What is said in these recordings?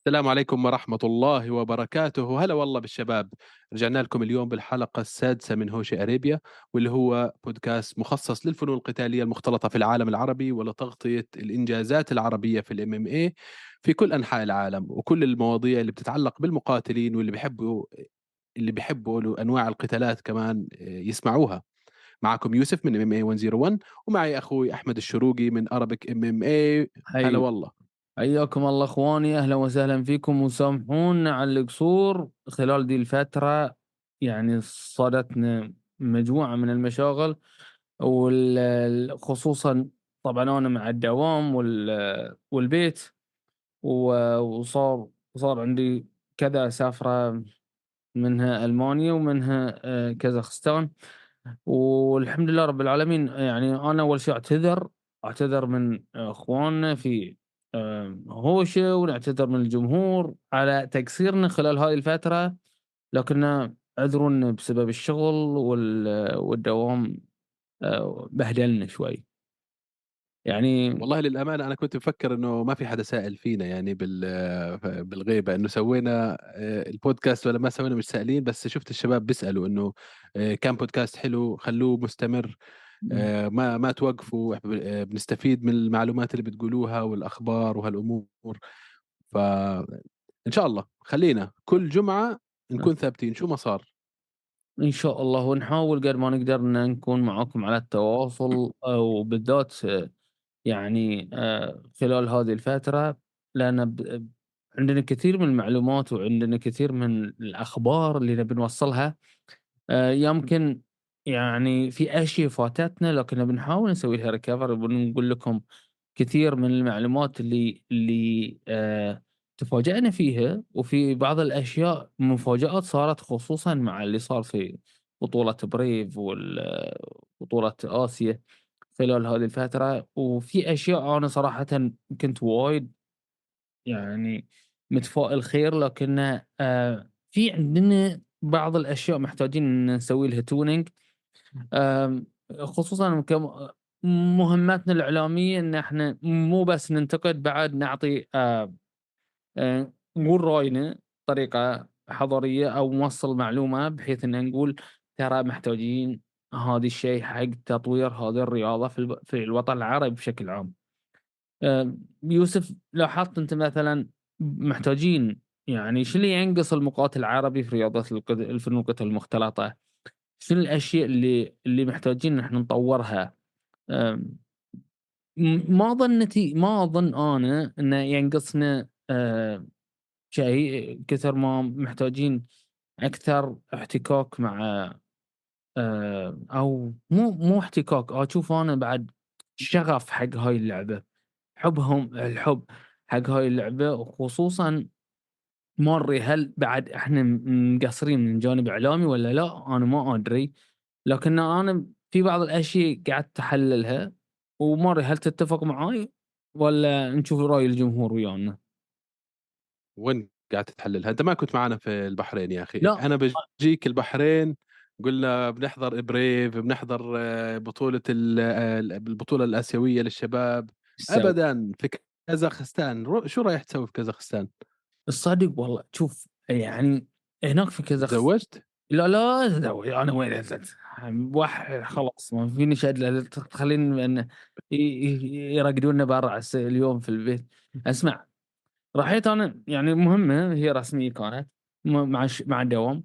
السلام عليكم ورحمة الله وبركاته. هلا والله بالشباب. رجعنا لكم اليوم بالحلقة السادسة من هوشي أريبيا، واللي هو بودكاست مخصص للفنون القتالية المختلطة في العالم العربي ولتغطية الإنجازات العربية في الام ام اي في كل أنحاء العالم، وكل المواضيع اللي بتتعلق بالمقاتلين واللي بيحبوا أنواع القتالات كمان يسمعوها. معكم يوسف من ام ام اي 101، ومعي أخوي أحمد الشروقي من أرابيك ام ام اي. هلا حي والله. حياكم الله اخواني، اهلا وسهلا فيكم، وسامحونا على القصور خلال دي الفترة. يعني صادتنا مجموعة من المشاغل خصوصا طبعا انا مع الدوام والبيت، وصار عندي كذا سافرة، منها المانيا ومنها كازاخستان. والحمد لله رب العالمين. يعني أنا أول شيء أعتذر من إخواننا في هوشة، ونعتذر من الجمهور على تقصيرنا خلال هذه الفترة، لكن اعذرونا بسبب الشغل والدوام، بهدلنا شوي يعني. والله للأمانة أنا كنت مفكر إنه ما في حدا سائل فينا، يعني بالغيبة إنه سوينا البودكاست ولا ما سوينا، مش سائلين، بس شفت الشباب بيسألوا إنه كان بودكاست حلو، خلوه مستمر. ما توقفوا، بنستفيد من المعلومات اللي بتقولوها والأخبار وهالأمور. فإن شاء الله خلينا كل جمعة نكون ثابتين شو ما صار. إن شاء الله، ونحاول قد ما نقدر إن نكون معاكم على التواصل، وبالذات يعني خلال هذه الفترة، لأن عندنا كثير من المعلومات وعندنا كثير من الأخبار اللي نبي نوصّلها. يمكن يعني في أشياء فاتتنا، لكن بنحاول نسوي لها recover، وبنقول لكم كثير من المعلومات اللي تفاجأنا فيها، وفي بعض الأشياء مفاجآت صارت، خصوصًا مع اللي صار في بطولة بريف بطولة آسيا خلال هذه الفترة. وفي أشياء أنا صراحةً كنت وايد يعني متفائل خير، لكن في عندنا بعض الأشياء محتاجين إن نسوي لها tuning. خصوصًا مهمتنا الإعلامية إن إحنا مو بس ننتقد، بعد نعطي نقول رأينا بطريقة حضارية، أو نوصّل معلومة بحيث إن نقول ترى محتاجين هذا الشيء حق تطوير هذه الرياضة في الوطن العربي بشكل عام. يوسف، لاحظت أنت مثلًا محتاجين، يعني شو اللي ينقص المقاتل العربي في رياضة الفنون القتال المختلطة؟ شنو الأشياء اللي محتاجين إن إحنا نطوّرها؟ آمم ما أظن أنا إنه ينقصنا شيء كثر ما محتاجين أكثر احتكاك مع، أو مو احتكاك، أشوف أنا بعد شغف حق هاي اللعبة، الحب حق هاي اللعبة، وخصوصًا ما أدري هل بعد إحنا مقصرين من جانب إعلامي والّا لأ، أنا ما أدري، لكن أنا في بعض الأشياء قعدت أحللها، وما أدري هل تتفق معاي والّا نشوف رأي الجمهور ويانا؟ وين قاعد تتحللها؟ انت ما كنت معنا في البحرين يا اخي. لأ. انا بجيك البحرين قلنا بنحضر بريف، بنحضر بطولة البطولة الآسيوية للشباب. إيش سوى؟ ابدا في كازاخستان، شو رايح تسوي في كازاخستان؟ الصدق والله، شوف يعني هناك في تزوجت؟ لا، لا، أنا وين خلاص ما فيني تخلّيني إن يرقدونا برّا اليوم في البيت. اسمع، رحيت أنا يعني مهمة هي رسمية كانت، مع الدوام.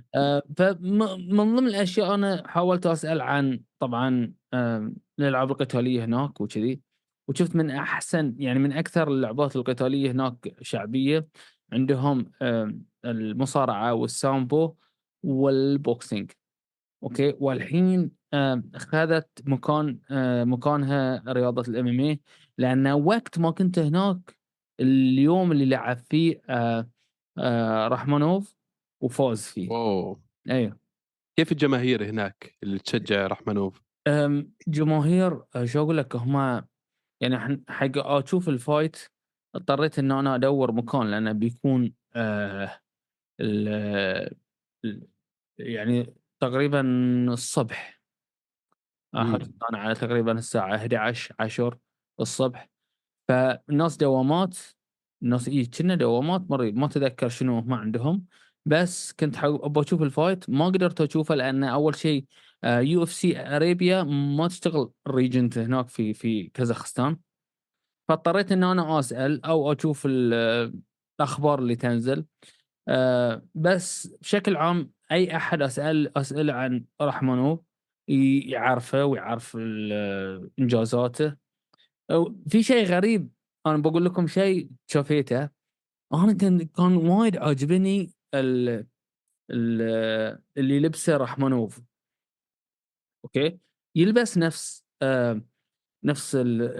من ضمن الأشياء أنا حاولت أسأل عن، طبعًا الألعاب القتالية هناك وكذي، وشُفت من أحسن، يعني من أكثر اللعبات القتالية هناك شعبية عندهم المصارعة والسامبو والبوكسينج. أوكي، والحين خذت مكانها رياضة الMMA، لأن وقت ما كنت هناك، اليوم اللي لعب فيه رحمنوف وفاز فيه. اوه، أيوه. كيف الجماهير هناك اللي تشجع رحمنوف؟ جماهير، شو أقول لك، هم يعني حق أشوف الفايت اضطريت إن أنا أدوّر مكان، لأنه بيكون ال ال يعني تقريبًا الصبح. امم حجزت أنا على تقريبًا الساعة 11:00 10:00 الصبح، فالناس دوامات، الناس كنا دوامات ما أتذكر شنو هم عندهم، بس كنت أبغى أشوف الفايت ما قدرت أشوفه لأن أول شيء UFC أرابيا ما تشتغل الريجنت هناك في كازاخستان، فاضطريت إن أنا أسأل أو أشوف الأخبار اللي تنزل. بس بشكل عام أي أحد أسأله عن رحمنوف يعرفه ويعرف إنجازاته. أو في شيء غريب، أنا باقول لكم شيء شفيته، أنا كان وايد عاجبني ال اللي لبسه رحمنوف، أوكي، يلبس نفس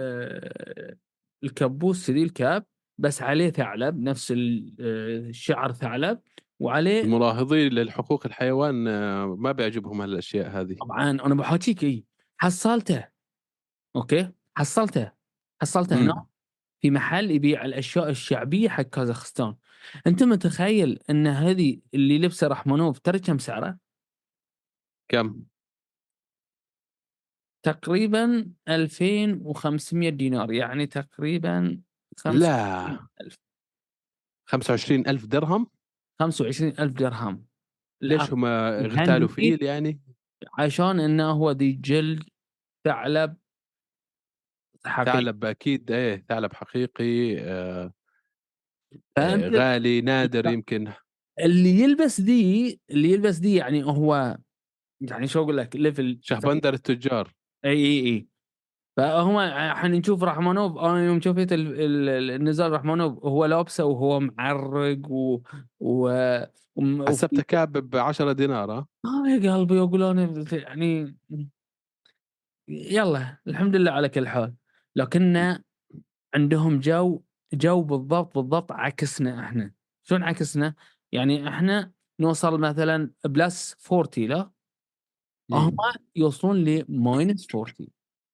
الكبوس ذي الكاب، بس عليه ثعلب نفس الشعر ثعلب وعليه. المناهضين للحقوق الحيوان ما بيعجبهم هالاشياء هذه. طبعًا أنا باحاكيك حصّلته، أوكي، حصّلته هناك امم في محل يبيع الأشياء الشعبية حق كازاخستان. أنت متخيل إن هذي اللي لبسه رحمنوف تدري كم سعره؟ كم؟ تقريبًا 2500 دينار، يعني تقريبًا لا، 25,000. 25,000 درهم. 25,000 درهم. ليش الأرض هم اغتالوا الهاند فيل يعني؟ عشان إنه هو ذي جلد ثعلب حقيقي. ثعلب اكيد، ايه ثعلب حقيقي. فأنت غالي نادر يمكن. اللي يلبس ذي يعني هو يعني شو أقول لك level ثاني. شهبندر التجار. إي. فهو إحنا نشوف رحمنوف، أنا يوم شفت النزال رحمنوف هو لابسه وهو معرق و حسبته وفي كاب ب10 دينار ها؟ يا قلبي أقول أنا يعني يالّا الحمد لله على كل حال، لكنه عندهم جو بالضبط عكسنا إحنا. شلون عكسنا؟ يعني إحنا نوصل مثلًا +40 لا، هم امم يوصلون ل-40.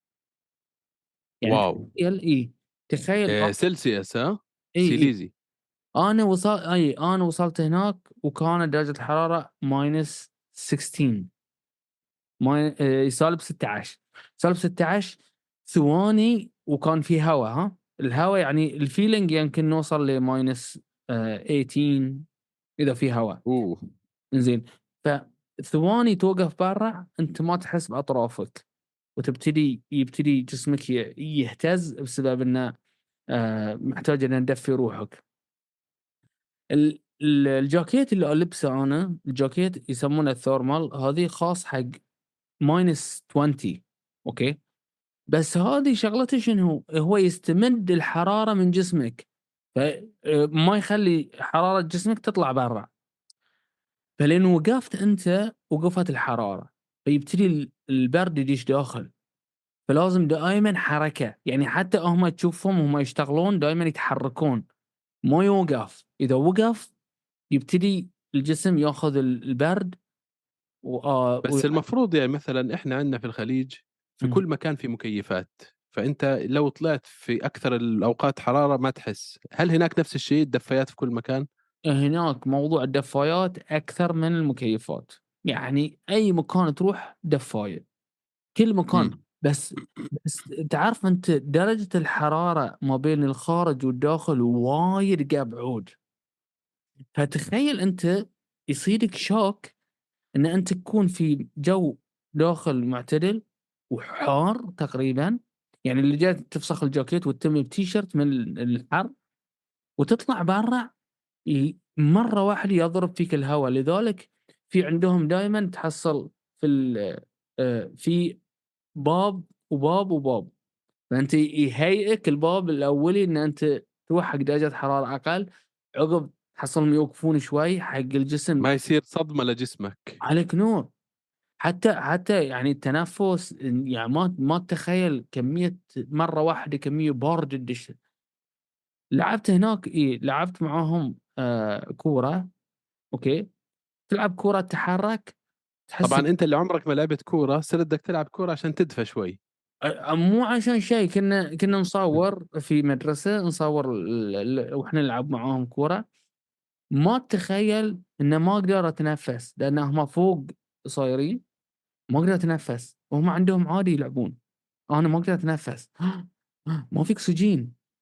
يعني واو. تخيل تخيل سيلسيوس ها؟ إي. سيليزي. أنا وصلت هناك وكانت درجة الحرارة -16 -16 -16 ثواني وكان في هوا ها، الهوا يعني الfeeling يمكن نوصل -18 إذا في هوا. اوه. إنزين، فثواني توقف برّا أنت ما تحس بأطرافك، يبتدي جسمك يهتز بسبب إنه محتاج إن ندفي روحك. الجاكيت اللي ألبسه أنا، الجاكيت يسمونه الthermal هذي خاص حق -20 أوكي، بس هذي شغلته شنو؟ هو يستمد الحرارة من جسمك، ف ما يخلي حرارة جسمك تطلع برّا. فلين وقفت أنت وقفت الحرارة، فيبتدي البرد يدش داخل، فلازم دائمًا حركة، يعني حتى هم تشوفهم وهم يشتغلون دايمًا يتحركون، ما يوقف، إذا وقف يبتدي الجسم ياخذ البرد و بس المفروض يعني مثلا احنا عندنا في الخليج في إمم. كل مكان في مكيفات، فانت لو طلعت في اكثر الاوقات حراره ما تحس. هل هناك نفس الشيء، الدفايات في كل مكان؟ هناك موضوع الدفايات أكثر من المكيفات، يعني أي مكان تروح دفاية، كل مكان، امم بس تعرف أنت درجة الحرارة ما بين الخارج والداخل وايد بعود. فتخيل أنت يصيدك شوك إن أنت تكون في جو داخل معتدل وحار تقريبًا، يعني اللي جاي تفسخ الجاكيت وتتم بتيشيرت من الحر، وتطلع برّا مرة واحدة يضرب فيك الهوا، لذلك في عندهم دايمًا تحصل في في باب وباب، فأنت يهيئك الباب الأولي إن أنت تروح حق درجة حرارة أقل، عقب تحصلهم يوقفون شوي حق الجسم. ما يصير صدمه لجسمك. عليك نور. حتى يعني التنفس يعني ما تتخيل كمية مرة واحدة كمية بارد تدش. لعبت هناك لعبت معاهم كورة، أوكي، تلعب كورة تتحرك تحس طبعا انت اللي عمرك ما لعبت كوره صرت بدك تلعب كوره عشان تدفى شوي. مو عشان شيء، كنا نصوّر في مدرسة، نصوّر وإحنا نلعب معاهم كورة، ما تتخيل إن ما أقدر أتنفس، لأن هم فوق صايرين، ما أقدر أتنفس، وهم عندهم عادي يلعبون، أنا ما أقدر أتنفس ما في أكسجين.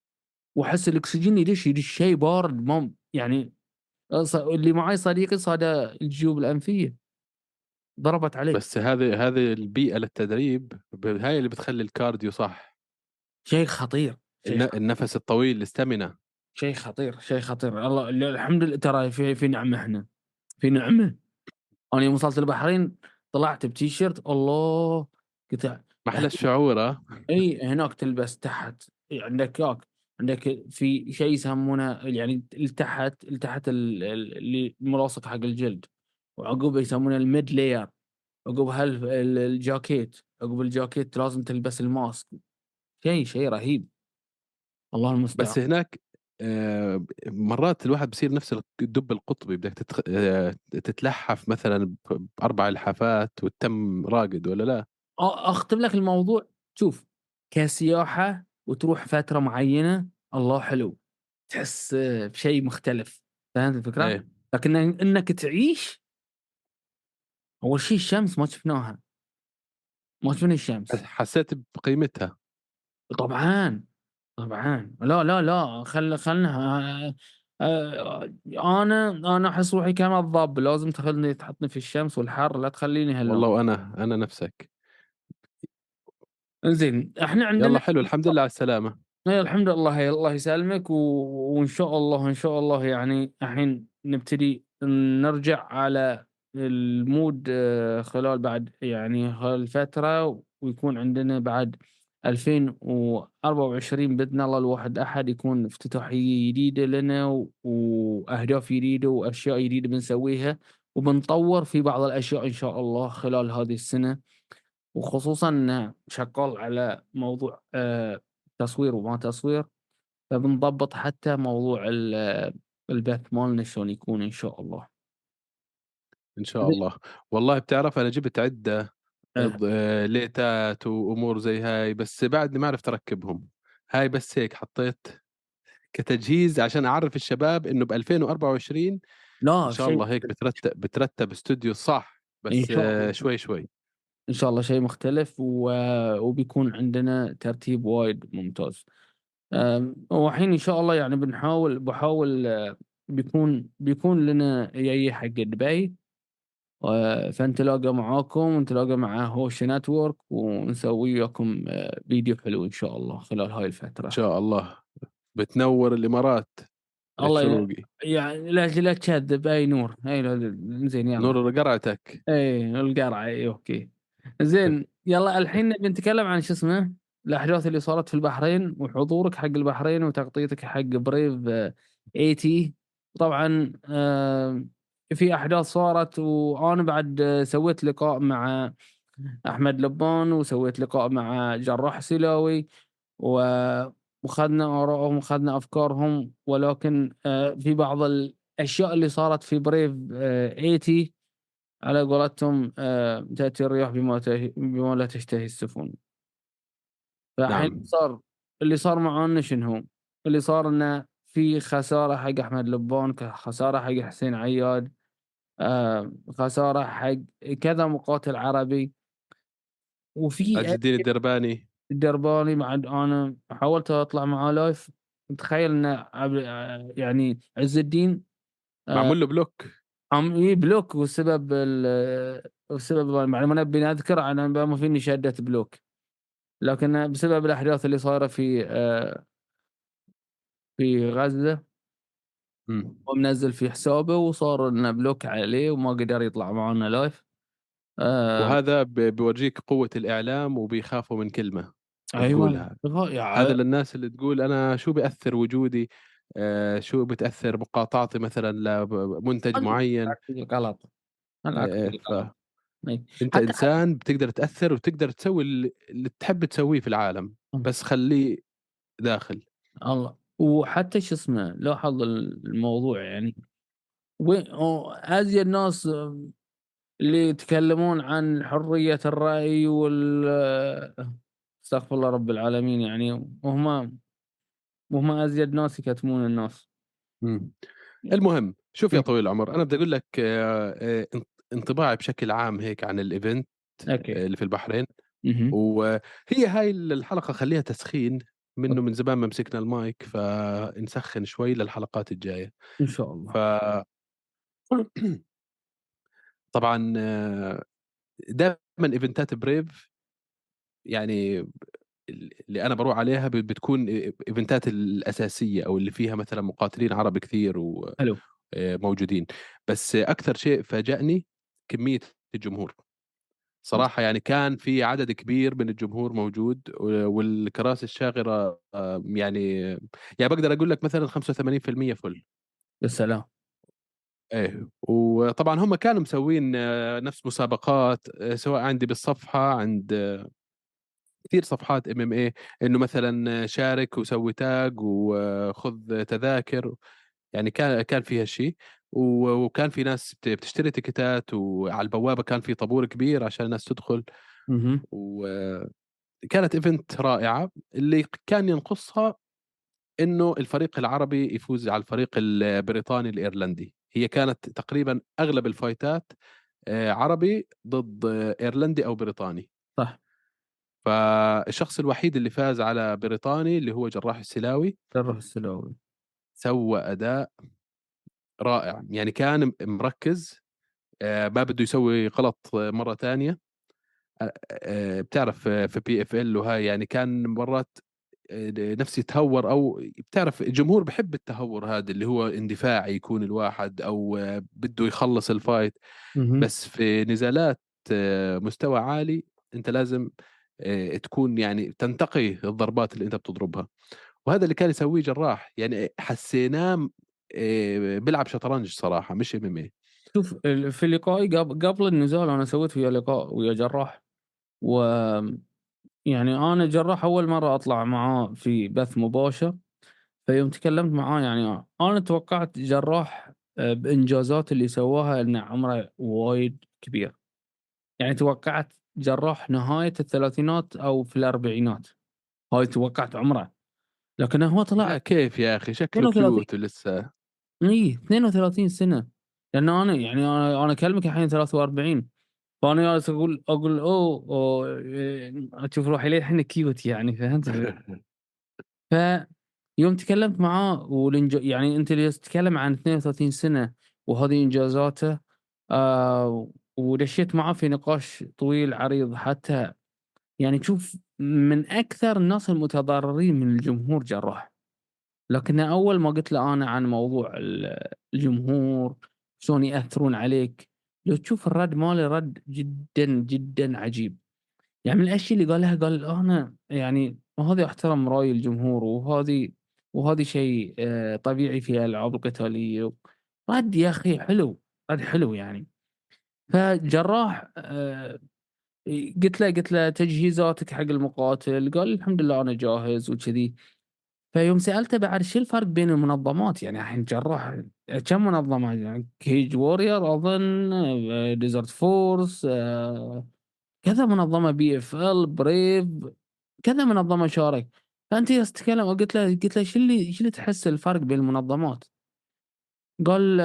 وأحس الأكسجين يدش شيء بارد ما يعني اللي معاي صديقي صاده الجيوب الأنفية ضربت عليه. بس هذه البيئة للتدريب هاي اللي بتخلّي الكارديو صح، شيء خطير، شيء خطير، النفس الطويل الstamina. شيء خطير، شيء خطير. الله الحمد لله ترى في نعمة إحنا، في نعمة. أنا يوم وصلت البحرين طلعت بتيشيرت الله قلت ما أحلى الشعور هناك تلبس تحت عندك في شيء يسمونه يعني لتحت اللي ملاصق حق الجلد، وعقبه يسمونه الmid layer، عقبها الجاكيت، عقب الجاكيت لازم تلبس الماسك، شيء رهيب، الله المستعان. بس هناك مرات الواحد بصير نفس الدب القطبي، بدك تتلحّف مثلًا ب4 لحافات والتَم راقد والّا لا؟ أختم لك الموضوع، شوف كسياحة وتروح فترة معينة الله حلو، تحس بشيء مختلف، فهمت الفكرة؟ إيه، لكن إنك تعيش أول شي الشمس ما شفناها، ما شفنا الشمس. حسّيت بقيمتها. طبعًا، طبعًا. لا، لا، لا خلنا أنا أحس روحي كما الضب، لازم تحطني في الشمس والحر، لا تخلّيني هاللون. والله وأنا نفسك. انزين إحنا عندنا يالّا حلو، الحمد لله على السلامة. الحمد لله، الله يسلمك وإن شاء الله، إن شاء الله يعني الحين نبتدي نرجع على الmood خلال بعد يعني هالفترة، ويكون عندنا بعد 2024 بإذن الله الواحد أحد يكون افتتاحية جديدة لنا وأهداف جديدة وأشياء جديدة بنسويها، وبنطوّر في بعض الأشياء إن شاء الله خلال هذه السنة. وخصوصًا شغّال على موضوع تصوير وما تصوير، فبنضبّط حتى موضوع البث مالنا شلون يكون إن شاء الله. إن شاء زين. الله. والله بتعرف أنا جِبت عدة آه، ليتات وأمور زي هاي، بس بعدني ما عرفت أركّبهم. هاي بس هيك حطّيت كتجهيز عشان أعرّف الشباب إنه ب2024 إن لا شاء شيء الله هيك بترتّب استوديو صح، إن بس شاء الله، شوي، شوي. إن شاء الله شيء مختلف وبيكون عندنا ترتيب وايد ممتاز. والحين إن شاء الله يعني باحاول بيكون لنا جاي حق دبي، فنتلاقى معاكم ونتلاقى مع هوشة نتورك ونسوي وياكم فيديو حلو إن شاء الله خلال هاي إن الفترة. شاء الله. بتنوّر الإمارات الله الشروقي، يعني لا تكذب أي نور، أي زين يلا. نور قرعتك. القرعة أوكي. زين يلا الحين نبي نتكلم عن شو اسمه، الأحداث اللي صارت في البحرين وحضورك حق البحرين وتغطيتك حق بريف 80. طبعًا في أحداث صارت وأنا بعد سويت لقاء مع أحمد لبان، وسويت لقاء مع جراح سلاوي، و وخذنا آرائهم وخذنا أفكارهم، ولكن في بعض الأشياء اللي صارت في بريف 80 على قولتهم تأتي الرياح بما لا تشتهي السفن. فالحين نعم، اللي صار معانا شنو هو؟ اللي صار إنه في خسارة حق أحمد لبان، خسارة حق حسين عياد، خسارة حق كذا مقاتل عربي، عز وفي الدين الدرباني الدربالي بعد أنا حاولت أطلع معاه لايف، تخيل إن يعني عز الدين آآ معمول له بلوك. بلوك، والسبب يعني ما نبي نذكر أنا ما فيني شدّة بلوك، لكن بسبب الأحداث اللي صايرة في غزة، إمم. هو منزّل في حسابه وصار لنا بلوك عليه وما قدر يطلع معانا لايف. آآ وهذا بيورجيك قوة الإعلام وبيخافوا من كلمة أيوه تقولها. هذا للناس اللي تقول أنا شو بيأثّر وجودي، شو بتأثّر مقاطعتي مثلًا لمنتج معيّن. غلط، العقل فأنت غلط. إي إنسان بتقدر تأثّر وتقدر تسوي اللي تحب تسويه في العالم، بس خلّيه داخل. الله، وحتى شو اسمه، لاحظ الموضوع يعني أزيد ناس اللي يتكلمون عن حرية الرأي أستغفر الله رب العالمين يعني، وهم أزيد ناس يكتمون الناس. إمم. المهم شوف يا إمم، طويل العمر، أنا بدي أقول لك انطباعي بشكل عام هيك عن الevent أوكي. اللي في البحرين. اهم، وهي هاي الحلقة خلّيها تسخين منه من زمان ما مسكنا المايك، فنسخن شوي للحلقات الجاية. إن شاء ف الله. طبعًا دايمًا إيفنتات بريف يعني اللي أنا باروح عليها بتكون إيفنتات الأساسية أو اللي فيها مثلًا مقاتلين عرب كثير حلو. موجودين. بس أكثر شيء فاجأني كمية الجمهور. صراحة يعني كان في عدد كبير من الجمهور موجود والكراسي الشاغرة يعني باقدر أقول لك مثلًا 85% فُل. يا سلام! إيه، وطبعًا هم كانوا مسوين نفس مسابقات سواء عندي بالصفحة عند كتير صفحات MMA إنه مثلًا شارك وسوي tag وخُذ تذاكر، يعني كان في هالشي، وكان في ناس بتشتري تيكيتات وعلى البوابة كان في طابور كبير عشان الناس تدخل، اهم. وكانت event رائعة. اللي كان ينقصها إنه الفريق العربي يفوز على الفريق البريطاني الإيرلندي، هي كانت تقريبًا أغلب الفايتات عربي ضد إيرلندي أو بريطاني. صح. فالشخص الوحيد اللي فاز على بريطاني اللي هو جراح السلاوي، شرف السلوي. سوّى أداء رائع، يعني كان مركّز ما بده يسوي غلط مرّة تانية. بتعرف في PFL وهاي يعني كان مرّات نفسه يتهور أو بتعرف الجمهور بيحب التهور هذا اللي هو اندفاعي يكون الواحد أو بده يخلّص الfight. اهم. بس في نزالات مستوى عالي أنت لازم تكون يعني تنتقي الضربات اللي أنت بتضربها. وهذا اللي كان يسويه جراح، يعني حسيناه بيلعب شطرنج صراحة مش MMA. شوف في لقائي قبل النزال أنا سويت وياه لقاء ويا جراح، ويعني أنا جراح أول مرة أطلع معاه في بث مباشر، فيوم تكلمت معاه يعني أنا توقعت جراح بإنجازاته اللي سواها إنه عمره وايد كبير، يعني توقعت جراح نهاية الثلاثينات أو في الأربعينات، هاي توقعت عمره، لكنه هو طلع لا كيف يا أخي شكله 32. كيوت ولسه. إي 32 سنة، لأن أنا يعني أنا أكلمك الحين 43، فأنا جالس أقول أوه أشوف روحي للحين كيوت يعني فهمت فيوم تكلمت معاه يعني أنت جالس تتكلم عن 32 سنة وهذه إنجازاته، ودشيت معاه في نقاش طويل عريض حتى يعني تشوف من أكثر الناس المتضررين من الجمهور جراح. لكن أول ما قُلت له أنا عن موضوع الجمهور شلون يأثرون عليك، لو تشوف الرَد ماله رَد جدًا، جدًا عجيب. يعني من الأشياء اللي قالها قال أنا يعني وهذا أحترم رأي الجمهور وهذا شيء طبيعي في الألعاب القتالية. رَد يا أخي حلو، رَد حلو يعني. فجراح قُلت له تجهيزاتك حق المقاتل؟ قال الحمد لله أنا جاهز وكذي. فيوم سألته بعد شو الفرق بين المنظمات؟ يعني الحين جراح كم منظمة يعني Cage Warrior أظن Desert Force كذا منظمة BFL Brave كذا منظمة شارك. فأنت جالس تتكلم قُلت له شو اللي تحس الفرق بين المنظمات؟ قال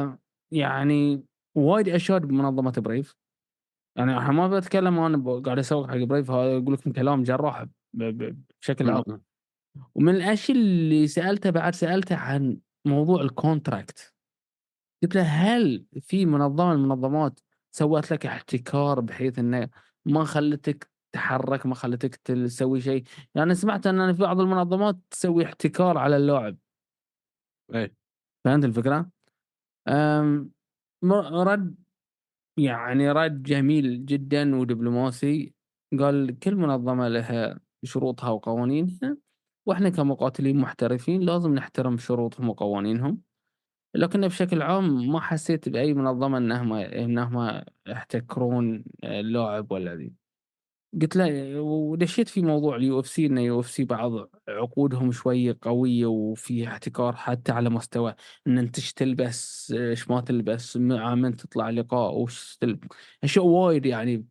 يعني وايد أشاد بمنظمة Brave. يعني إحنا ما باتكلم أنا قاعد أسوق حق Brave هذا أقول لك من كلام جراح بشكل إمم، عام. إمم. ومن الأشياء اللي سألته بعد سألته عن موضوع الcontract. قُلت له: "هل في منظمة من المنظمات سوّت لك احتكار بحيث إنه ما خلّتك تتحرك، ما خلّتك تسوي شيء؟" يعني أنا سمعت إن في بعض المنظمات تسوي احتكار على اللاعب، إيه. فهمت الفكرة؟ آمم رَد يعني رَد جميل جدًا ودبلوماسي، قال: "كل منظمة لها شروطها وقوانينها، وإحنا كمقاتلين محترفين لازم نحترم شروطهم وقوانينهم." لكنه بشكل عام ما حسيت بأي منظمة إنهم يحتكرون اللاعب ولا ذي. قُلت له ودشيت في موضوع الUFC إن UFC بعض عقودهم شوي قوية وفيها احتكار حتى على مستوى إن أنت إيش تلبس، إيش ما تلبس، مع من تطلع لقاء، أشياء وايد يعني.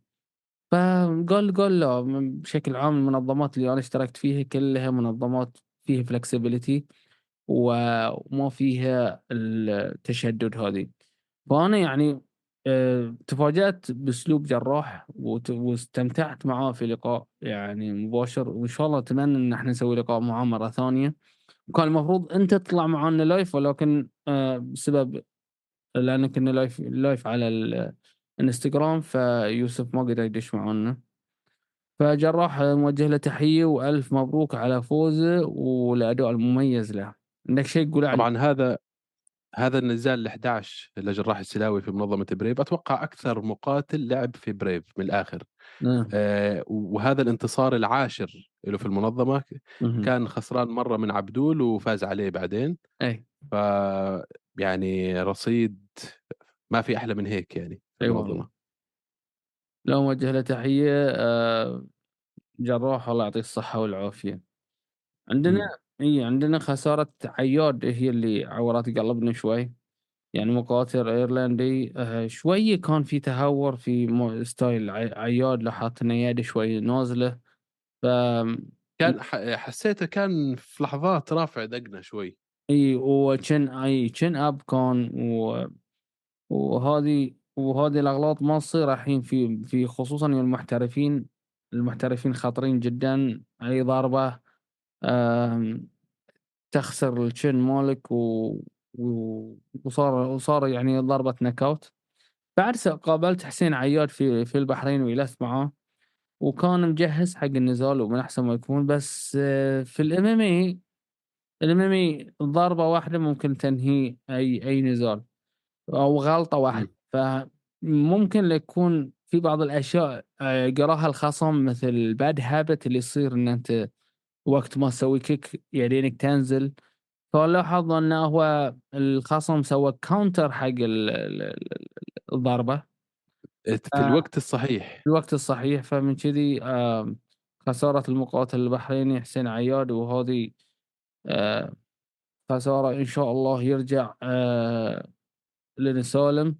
قال لا بشكل عام المنظمات اللي أنا اشتركت فيها كلها منظمات فيها flexibility وما فيها التشدد هذي. فأنا يعني تفاجأت بأسلوب جراح واستمتعت معاه في لقاء يعني مباشر، وإن شاء الله أتمنى إن إحنا نسوي لقاء معاه مرة ثانية. وكان المفروض أنت تطلع معانا live، ولكن بسبب لأن كنا live على الإنستجرام، فيوسف ما قدر يدش معانا. فجراح نوجه له تحية وألف مبروك على فوزه والأداء المميز له. عندك شيء تقوله عليه؟ طبعا هذا النزال ال11 لجراح السلاوي في منظمة بريف، أتوقع أكثر مقاتل لعب في بريف من الآخر. نعم. وهذا الانتصار العاشر له في المنظمة. اهم. كان خسران مرة من عبدول وفاز عليه بعدين. أي. ف يعني رصيد ما في أحلى من هيك يعني في أي والله. المنظمة. لا، نوجه له تحية. جراح الله يعطيه الصحة والعافية. عندنا مم. عندنا خسارة عياد هي اللي عورت قلبنا شوي. يعني مقاتل أيرلندي، شوية كان في تهور في ستايل عياد، لاحظت إنه يده شوي نازلة. ف كان حسيته كان في لحظات رافع دقنه شوي. chin up كان وهذه الأغلاط ما تصير الحين في خصوصًا المحترفين خطرين جدًا. أي ضربة آمم تخسر الchin مالك وصار يعني ضربة نوك. بعد قابلت حسين عياد في البحرين وجلست معاه، وكان مجهّز حق النزال ومن أحسن ما يكون. بس في الMMA ضربة واحدة ممكن تنهي أي نزال، أو غلطة واحدة. مم. فممكن يكون في بعض الأشياء قراها الخصم، مثل bad habit اللي يصير إن أنت وقت ما تسوي kick يدينك تنزل. فلاحظ إنه هو الخصم سوى counter حق الضربة في الوقت الصحيح. في الوقت الصحيح. فمن كذي خسارة المقاتل البحريني حسين عياد، وهذه آآ خسارة إن شاء الله يرجع لنا سالم.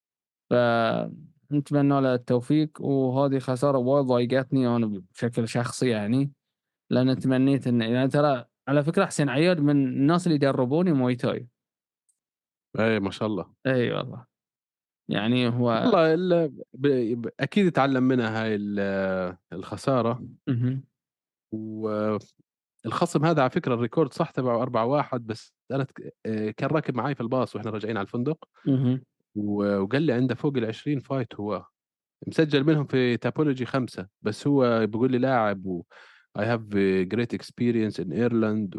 فنتمنى له التوفيق. وهذه خسارة وايد ضايقتني أنا بشكل شخصي يعني، لأن تمنيت إن يعني ترى على فكرة حسين عياد من الناس اللي دربوني موي تاي. اي ما شاء الله. أي والله. يعني هو والله اكيد تعلم منها هاي الخساره. اهم. والخصم هذا على فكره الريكورد صح تبعه 4-1، بس انا كان راكب معي في الباص واحنا راجعين على الفندق. اهم. وقال لي عنده فوق ال20 فايت، هو مسجل منهم في تابولوجي 5. بس هو بيقول لي لاعب I have a great experience in Ireland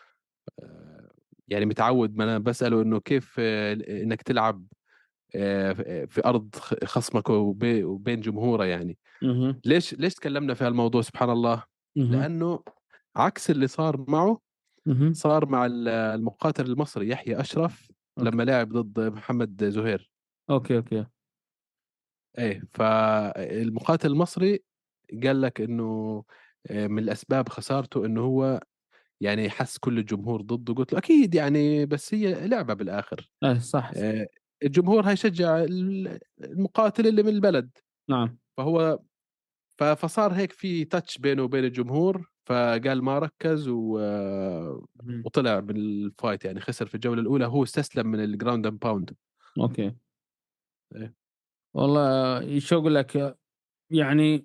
يعني متعود. ما انا بسأله انه كيف انك تلعب في ارض خصمك وبين جمهوره يعني. اهم. ليش تكلمنا في هالموضوع؟ سبحان الله. اهم. لانه عكس اللي صار معه اهم. صار مع المقاتل المصري يحيى اشرف أوكي. لما لعب ضد محمد زهير. أوكي. أوكي. ايه، فالمقاتل المصري قال لك انه من الاسباب خسارته انه هو يعني حس كل الجمهور ضده. قلت له اكيد يعني، بس هي لعبة بالاخر. صح. آه، الجمهور هيشجع المقاتل اللي من البلد. نعم. فهو فصار هيك في تاتش بينه وبين الجمهور، فقال ما ركز اهم. وطلع من الفايت. يعني خسر في الجولة الأولى، هو استسلم من الجراوند اند باوند. أوكي. والله شو أقول لك، يعني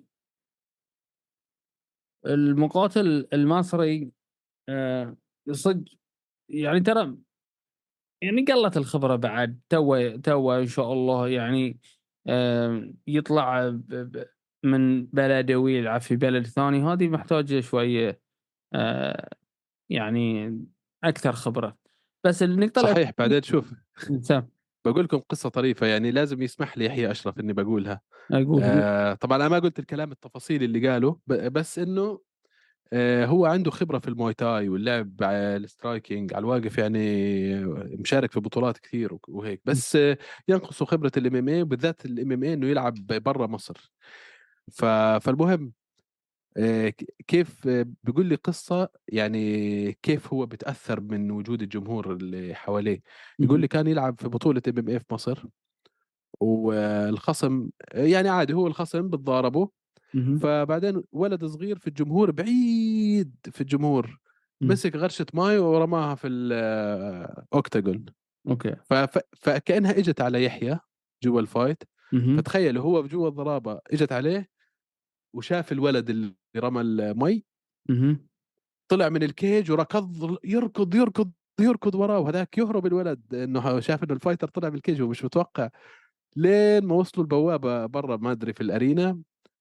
المقاتل المصري صدق يعني ترى يعني قلّت الخبرة بعد، توه إن شاء الله يعني يطلع من بلده ويلعب في بلد ثاني. هذه محتاجة شوية آآ يعني أكثر خبرة. بس النقطة صحيح. الأساسية بعدين شوف، سام بقول لكم قصة طريفة يعني لازم يسمح لي يحيى أشرف إني بقولها. أقول. طبعا أنا ما قلت الكلام التفاصيل اللي قاله، بس إنه هو عنده خبرة في الموي تاي واللعب على السترايكينج على الواقف يعني. مشارك في بطولات كثير وهيك، بس ينقصه خبرة الام ام اي، وبالذات الام ام اي انه يلعب برا مصر. فالمهم كيف بيقول لي قصة يعني كيف هو بتأثر من وجود الجمهور اللي حواليه. يقول اهم. لي كان يلعب في بطولة ام ام اي في مصر، والخصم يعني عادي هو الخصم بتضاربه. اهم. فبعدين ولد صغير في الجمهور، بعيد في الجمهور، إمم. مسك غرشة ماي ورماها في الأوكتاجون. أوكي. فكأنها اجت على يحيى، جوا الفايت. اهم، فتخيل هو جوا الضرابة اجت عليه وشاف الولد اللي رمى المي، اهم. طلع من الكيج وركض يركض وراه، وهذاك يهرب الولد انه شاف انه الفايتر طلع من الكيج ومش متوقع، لين ما وصلوا البوابة برا ما ادري في الارينا،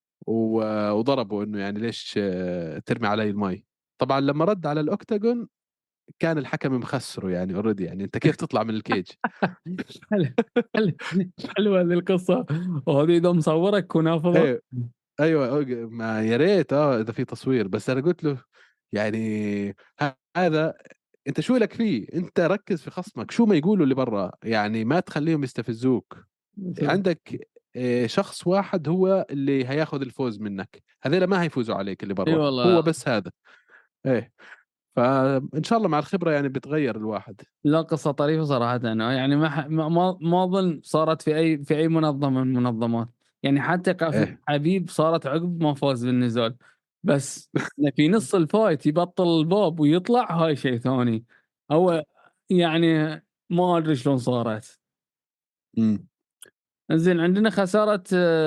وضربوا انه يعني ليش ترمي علي المي. طبعا لما رد على الاوكتاجون كان الحكم مخسره يعني اوريدي، يعني انت كيف تطلع من الكيج؟ حلو، حلو، حلوة هذه القصة، وهذه إذا مصورك ونافضة. ايه ايوه ما يا ريت اذا في تصوير، بس انا قلت له يعني هذا انت شو لك فيه؟ انت ركز في خصمك، شو ما يقولوا اللي برا يعني ما تخليهم يستفزوك. بالضبط. عندك شخص واحد هو اللي هياخذ الفوز منك، هذول ما هيفوزوا عليك اللي اي برا، هو والله. بس هذا. ايه فان شاء الله مع الخبرة يعني بتغير الواحد. لا، قصة طريفة صراحةً، يعني ما أظن صارت في أي منظمة من المنظمات، يعني حتى ايه حبيب صارت عقب ما فاز بالنزال، بس إنه في نص الفايت يبطل الباب ويطلع، هاي شيء ثاني. هو يعني ما أدري شلون صارت. امم إنزين، عندنا خسارة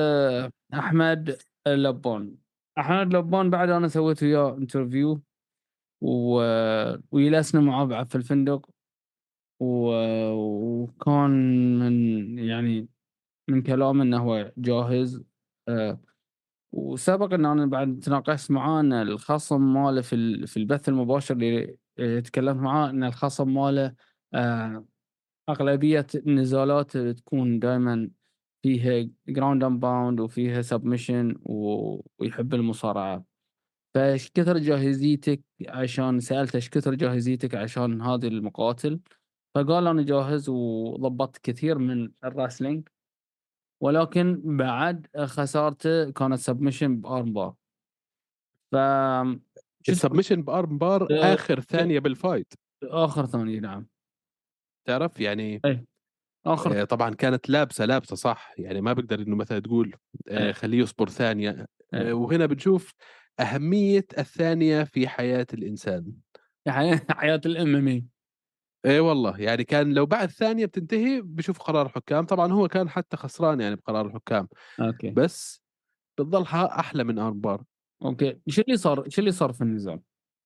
أحمد اللبان. أحمد اللبان بعد أنا سويت وياه interview و وجلسنا معاه بعد في الفندق، و وكان من يعني من كلامه إنه هو جاهز. آآ وسبق إن أنا بعد تناقشت معاه إن الخصم ماله في البث المباشر اللي تكلمت معاه، إن الخصم ماله آآ أغلبية النزالات تكون دايمًا فيها ground and pound وفيها submission ويحب المصارعة. فإيش كثر جاهزيتك عشان سألته إيش كثر جاهزيتك عشان هذه المقاتل؟ فقال أنا جاهز وضبطت كثير من الwrestling، ولكن بعد خسارته كانت submission بarm bar. ف شو تقول؟ السبمشن بارم بار آآ اخر ثانية بالفايت، آخر ثانية، نعم. تعرف يعني. أي، آخر طبعا كانت لابسة صح، يعني ما بقدر انه مثلا تقول أي، خليه يصبر ثانية. أي. وهنا بنشوف أهمية الثانية في حياة الإنسان. حياة الMMA. ايه والله، يعني كان لو بعد ثانية بتنتهي بشوف قرار الحكام، طبعا هو كان حتى خسران يعني بقرار الحكام، أوكي، بس بتضلها أحلى من أرمبار. أوكي. شو اللي صار في النزال؟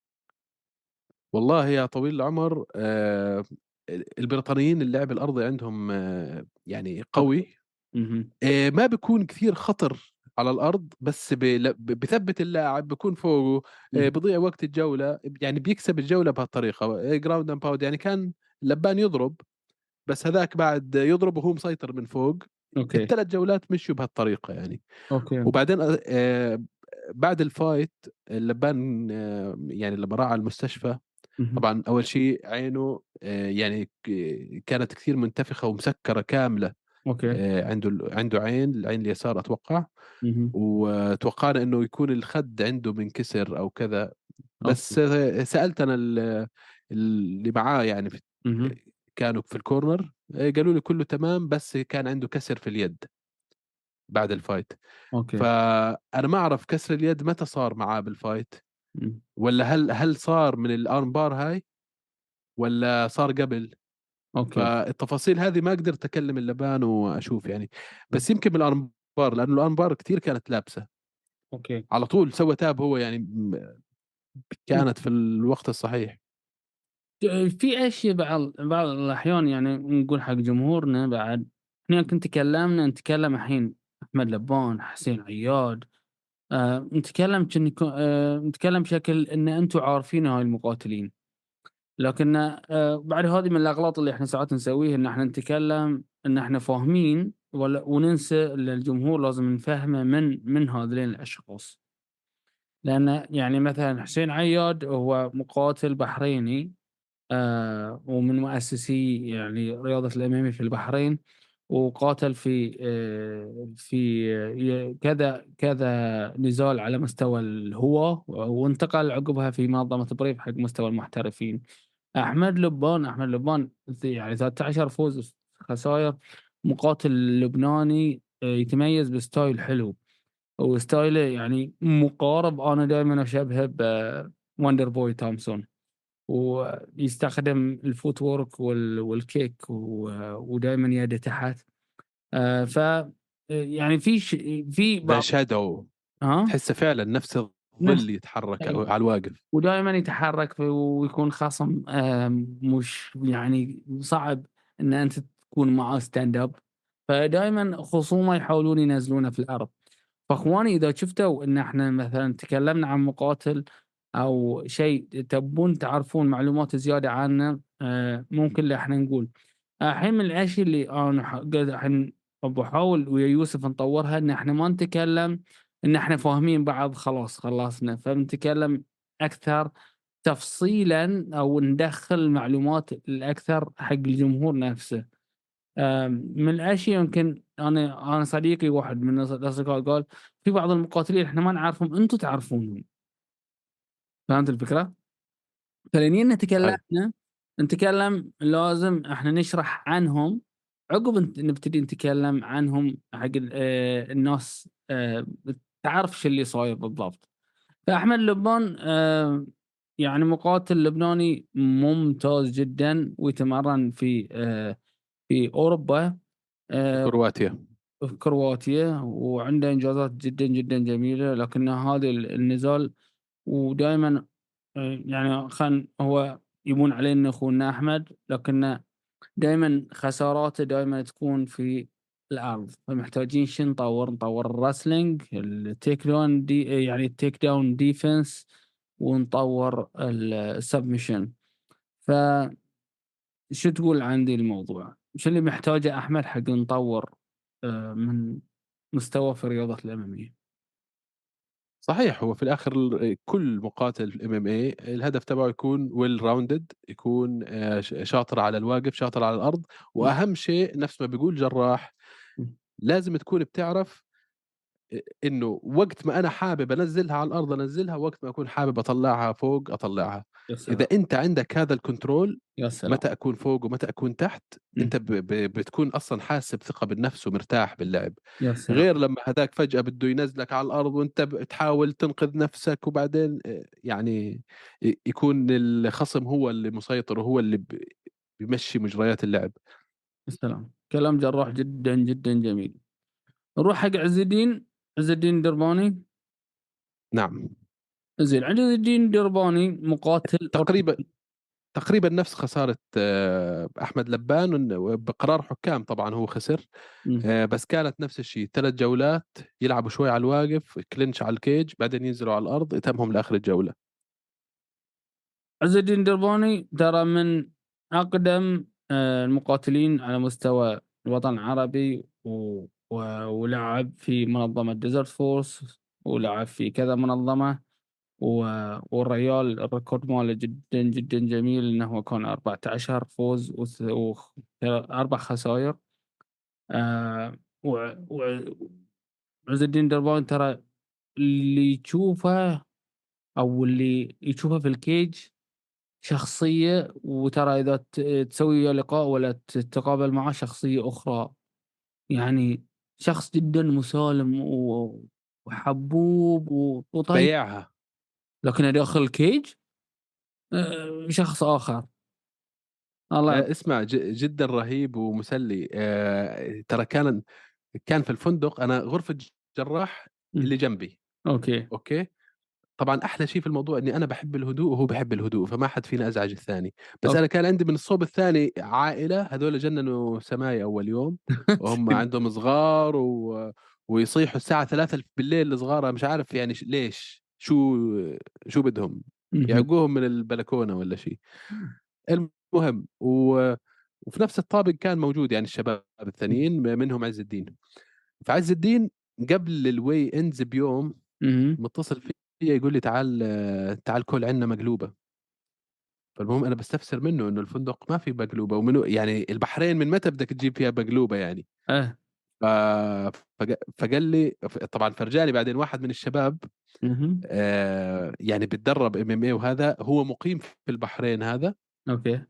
والله يا طويل العمر البريطانيين اللعب الأرضي عندهم يعني أوكي. قوي. اهم، ما بيكون كثير خطر على الأرض، بس بثبت اللاعب بيكون فوقه. اهم. بضيع وقت الجولة، يعني بيكسب الجولة بهالطريقة جراوند اند باوند. يعني كان لبان يضرب، بس هذاك بعد يضرب وهو مسيطر من فوق. أوكي، الثلاث جولات مشوا بهالطريقة يعني. أوكي. وبعدين بعد الفايت اللبان يعني لما راح على المستشفى، اهم. طبعا أول شيء عينه يعني كانت كثير منتفخة ومسكرة كاملة. أوكي. عنده عين، العين اليسار أتوقع. اهم. وتوقعنا انه يكون الخد عنده منكسر او كذا، أوكي. بس سألت انا اللي معاه يعني اهم. كانوا في الكورنر، قالوا لي كله تمام، بس كان عنده كسر في اليد بعد الفايت. أوكي. فانا ما اعرف كسر اليد متى صار معاه بالفايت، إمم. ولا هل صار من الارم بار هاي ولا صار قبل. أوكي. فالتفاصيل هذه ما قدرت اكلم اللبان واشوف يعني، بس يمكن من الارم بار، لانه الارم بار كثير كانت لابسه أوكي. على طول، سوى تاب هو يعني إمم. كانت في الوقت الصحيح. في أشياء بعض الأحيان يعني نقول حق جمهورنا بعد. إحنا يمكن نتكلم الحين أحمد لبان، حسين عياد، نتكلم بشكل إن أنتم عارفين هاي المقاتلين، لكن بعد هذه من الأغلاط اللي إحنا ساعات نسويها، إن إحنا نتكلم إن إحنا فاهمين وننسى اللي الجمهور لازم نفهمه من هذولين الأشخاص. لأن يعني مثلًا حسين عياد هو مقاتل بحريني، ومن مؤسسي يعني رياضة الMMA في البحرين، وقاتل في كذا نزال على مستوى الهواة، وانتقل عقبها في منظمة بريف حق مستوى المحترفين. أحمد لبان يعني 13 فوز خساير، مقاتل لبناني يتميز بستايل حلو، وستايله يعني مقارب، أنا دايمًا أشبهه بWonder Boy تومسون. ويستخدم الfootwork والkick ودايمًا يده تحت. ف يعني في ذا بعض. شادو، ها؟ تحسه فعلا نفس نفس الظل يتحرك أي. على الواقف. ودائمًا يتحرك ويكون خصم مش يعني صعب إن أنت تكون معاه stand up، فدايمًا خصومه يحاولون ينزلونه في الأرض. فأخواني إذا شفتوا إن إحنا مثلًا تكلمنا عن مقاتل أو شيء تبون تعرفون معلومات زيادة عنه، ممكن إحنا نقول. الحين من الأشياء اللي أنا قاعد الحين باحاول ويا يوسف نطورها، إن إحنا ما نتكلم إن إحنا فاهمين بعض خلاص خلصنا، فبنتكلم أكثر تفصيلًا أو ندخّل معلومات الأكثر حق الجمهور نفسه. من الأشياء يمكن أنا صديقي واحد من الأصدقاء قال: "في بعض المقاتلين إحنا ما نعرفهم، أنتم تعرفونهم." فهمت الفكرة؟ فلأننا صحيح. تكلمنا نتكلم لازم إحنا نشرح عنهم، عقب نبتدي نتكلم عنهم حق الناس تعرف شو اللي صاير بالضبط. فأحمد لبان يعني مقاتل لبناني ممتاز جدًا ويتمرن في أوروبا، آآ كرواتيا. في كرواتيا، وعنده إنجازات جدًا، جدًا جميلة، لكن هذا النزال ودايمًا يعني هو يبون عليه إنه أخونا أحمد، لكنه دايمًا خساراته دايمًا تكون في الأرض، فمحتاجين نطوّر الwrestling الtake down يعني الtake down defense، ونطوّر الsubmission. فشو تقول عن ذي الموضوع؟ شو اللي محتاجه أحمد حق نطوّر من مستواه في رياضة الMMA؟ صحيح، هو في الآخر كل مقاتل في الMMA الهدف تبعه يكون well rounded، يكون شاطر على الواقف، شاطر على الأرض، إمم، وأهم شيء نفس ما بيقول جراح، إمم، لازم تكون بتعرف إنه وقت ما أنا حابب أنزّلها على الأرض أنزّلها، وقت ما أكون حابب أطلّعها فوق أطلّعها. يا إذا سلام، أنت عندك هذا الcontrol، يا سلام! متى أكون فوق ومتى أكون تحت، إمم، أنت ب ب بتكون أصلًا حاسس بثقة بالنفس ومرتاح باللعب. يا سلام! غير لمّا هداك فجأة بده ينزلك على الأرض وأنت بتحاول تنقذ نفسك، وبعدين يعني يكون الخصم هو اللي مسيطر وهو اللي بيمشّي مجريات اللعب. يا سلام! كلام جراح جدًا، جدًا جميل. نروح حق عز الدين الدرباني. نعم. زين، عز الدين الدرباني مقاتل تقريبًا تقريبًا نفس خسارة أحمد لبان، بقرار حكام طبعًا هو خسر. إمم. بس كانت نفس الشيء 3 جولات، يلعبوا شوي على الواقف، كلينش على الكيج، بعدين ينزلوا على الأرض، يتمهم لآخر الجولة. عز الدين الدرباني ترى من أقدم المقاتلين على مستوى الوطن العربي، ولعب في منظمة desert force، ولعب في كذا منظمة، و والريال الريكورد ماله جدًا، جدًا جميل، إنه هو كان 14 فوز 4 خساير. و وعز الدين الدرباني ترى اللي تشوفه أو اللي يشوفه في الcage شخصية، وترى إذا تسوي وياه لقاء والّا تتقابل معاه شخصية أخرى، يعني شخص جدًا مسالم وحبوب وطيب، بياعها. لكنه داخل الcage شخص آخر. الله يعط اسمع، جدًا رهيب ومسلي. ترى كان في الفندق، أنا غرفة جراح إمم، اللي جنبي، أوكي، أوكي؟ طبعًا أحلى شيء في الموضوع إني أنا باحب الهدوء وهو بيحب الهدوء، فما حد فينا أزعج الثاني. بس أنا أوكي. كان عندي من الصوب الثاني عائلة، هذول جننوا سماي أول يوم، وهم عندهم صغار ويصيحوا الساعة 3:00 الصغار، أنا مش عارف يعني ليش، شو بدهم، اهم، يعقوهم من البلكونة والّا شي. المهم وفي نفس الطابق كان موجود يعني الشباب إمم، الثانيين منهم عز الدين. فعز الدين قبل الweigh ins بيوم اهم، متصل فيّا يقول لي: تعال كُل عندنا مقلوبة. فالمهم أنا باستفسر منه إنه الفندق ما في مقلوبة، يعني البحرين من متى بدك تجيب فيها مقلوبة يعني؟ آه، ف فقال لي طبعًا فرجاني بعدين واحد من الشباب اهم، يعني بيتدرب MMA وهذا، هو مقيم في البحرين هذا، أوكي،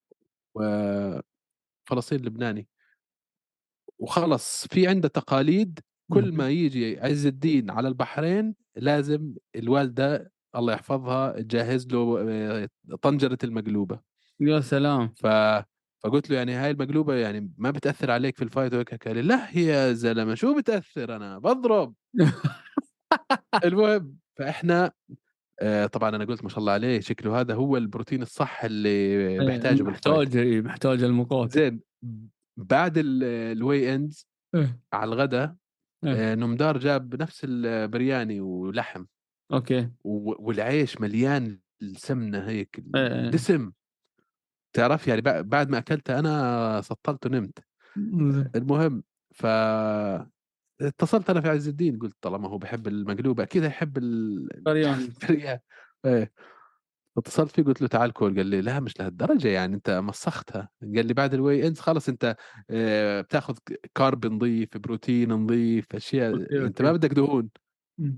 وفلسطيني لبناني. وخلص في عنده تقاليد، كل اهم، ما ييجي عز الدين على البحرين لازم الوالدة الله يحفظها تجهّز له طنجرة المقلوبة. يا سلام! ف فقُلت له: "يعني هاي المقلوبة يعني ما بتأثّر عليك في الfight وهيك؟" حكى لي: "لأ يا زلمة شو بتأثّر أنا باضرب." المهم فإحنا طبعًا أنا قُلت ما شاء الله عليه شكله هذا هو البروتين الصح اللي باحتاجه بالfight. محتاجة المقاتل. زين بعد الweigh ins إيه، على الغدا إيه، نمدار جاب نفس البرياني ولحم أوكي. والعيش مليان السمنة هيك إيه، إيه. دسم، تعرف يعني بعد ما أكلته أنا سطّلت ونمت. زين. المهم ف اتصلت أنا في عز الدين قُلت طالما هو بيحب المقلوبة أكيد هيحب برياني. البريان. إيه. اتصلت فيه قُلت له: "تعال كُل." قال لي: "لأ مش لهالدرجة يعني أنت مسّختها." قال لي: "بعد الweigh ins خلص أنت بتاخذ carb نضيف، بروتين نضيف، أشياء أوكي، أنت ما أوكي. بدك دهون." إمم.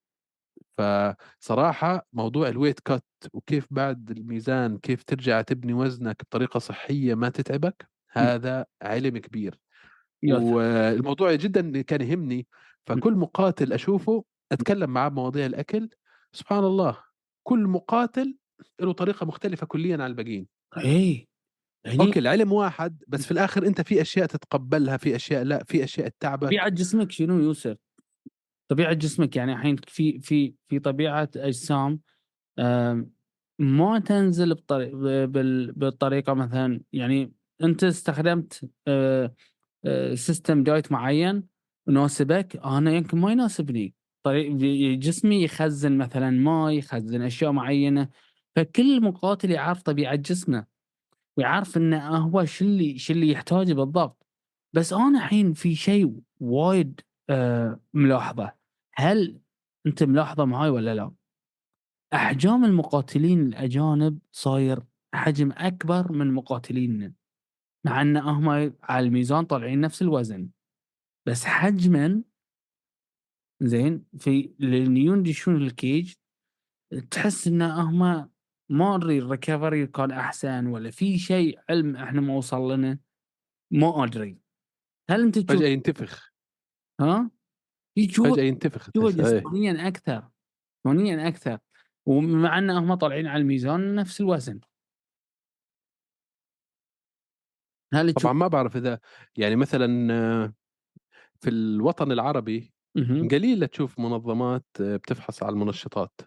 فصراحة موضوع الweight cut وكيف بعد الميزان كيف ترجع تبني وزنك بطريقة صحية ما تتعبك، إمم. هذا علم كبير. يا سلام! والموضوع جدًا كان يهمني، إمم. فكل مقاتل أشوفه أتكلم معاه بمواضيع الأكل، سبحان الله كل مقاتل له طريقة مختلفة كليًا عن الباقيين. إيه، هني أوكي العلم واحد، بس في الآخر أنت في أشياء تتقبلها، في أشياء لأ، في أشياء طبيعة تتعبك. جسمك شنو يوسف؟ طبيعة جسمك يعني الحين في طبيعة أجسام آمم، ما تنزل بالطريقة مثلًا يعني أنت استخدمت system diet معيّن يناسبك، أنا يمكن ما يناسبني، جسمي يخزّن مثلًا ماي، يخزّن أشياء معيّنة، فكل مقاتل يعرف طبيعة جسمه، ويعرف إنه هو شو اللي يحتاجه بالضبط. بس أنا الحين في شيء وايد ملاحظه، هل أنت ملاحظه معاي والّا لا؟ أحجام المقاتلين الأجانب صاير حجم أكبر من مقاتليننا، مع إن هم على الميزان طالعين نفس الوزن، بس حجمًا زين لإن يندشون الcage تحس إن هم ما أدري الrecovery كان أحسن والّا في شيء علم إحنا ما وصل لنا، ما أدري. هل أنت تشوف فجأة ينتفخ، ها؟ تشوفه فجأة ينتفخ تشوفه تحس إيه. جسمانيًا أكثر، جسمانيًا أكثر، ومع إن هم طالعين على الميزان نفس الوزن. هل تشوف طبعًا ما باعرف إذا يعني مثلًا في الوطن العربي اهم. قليل لتشوف منظمات بتفحص على المنشطات،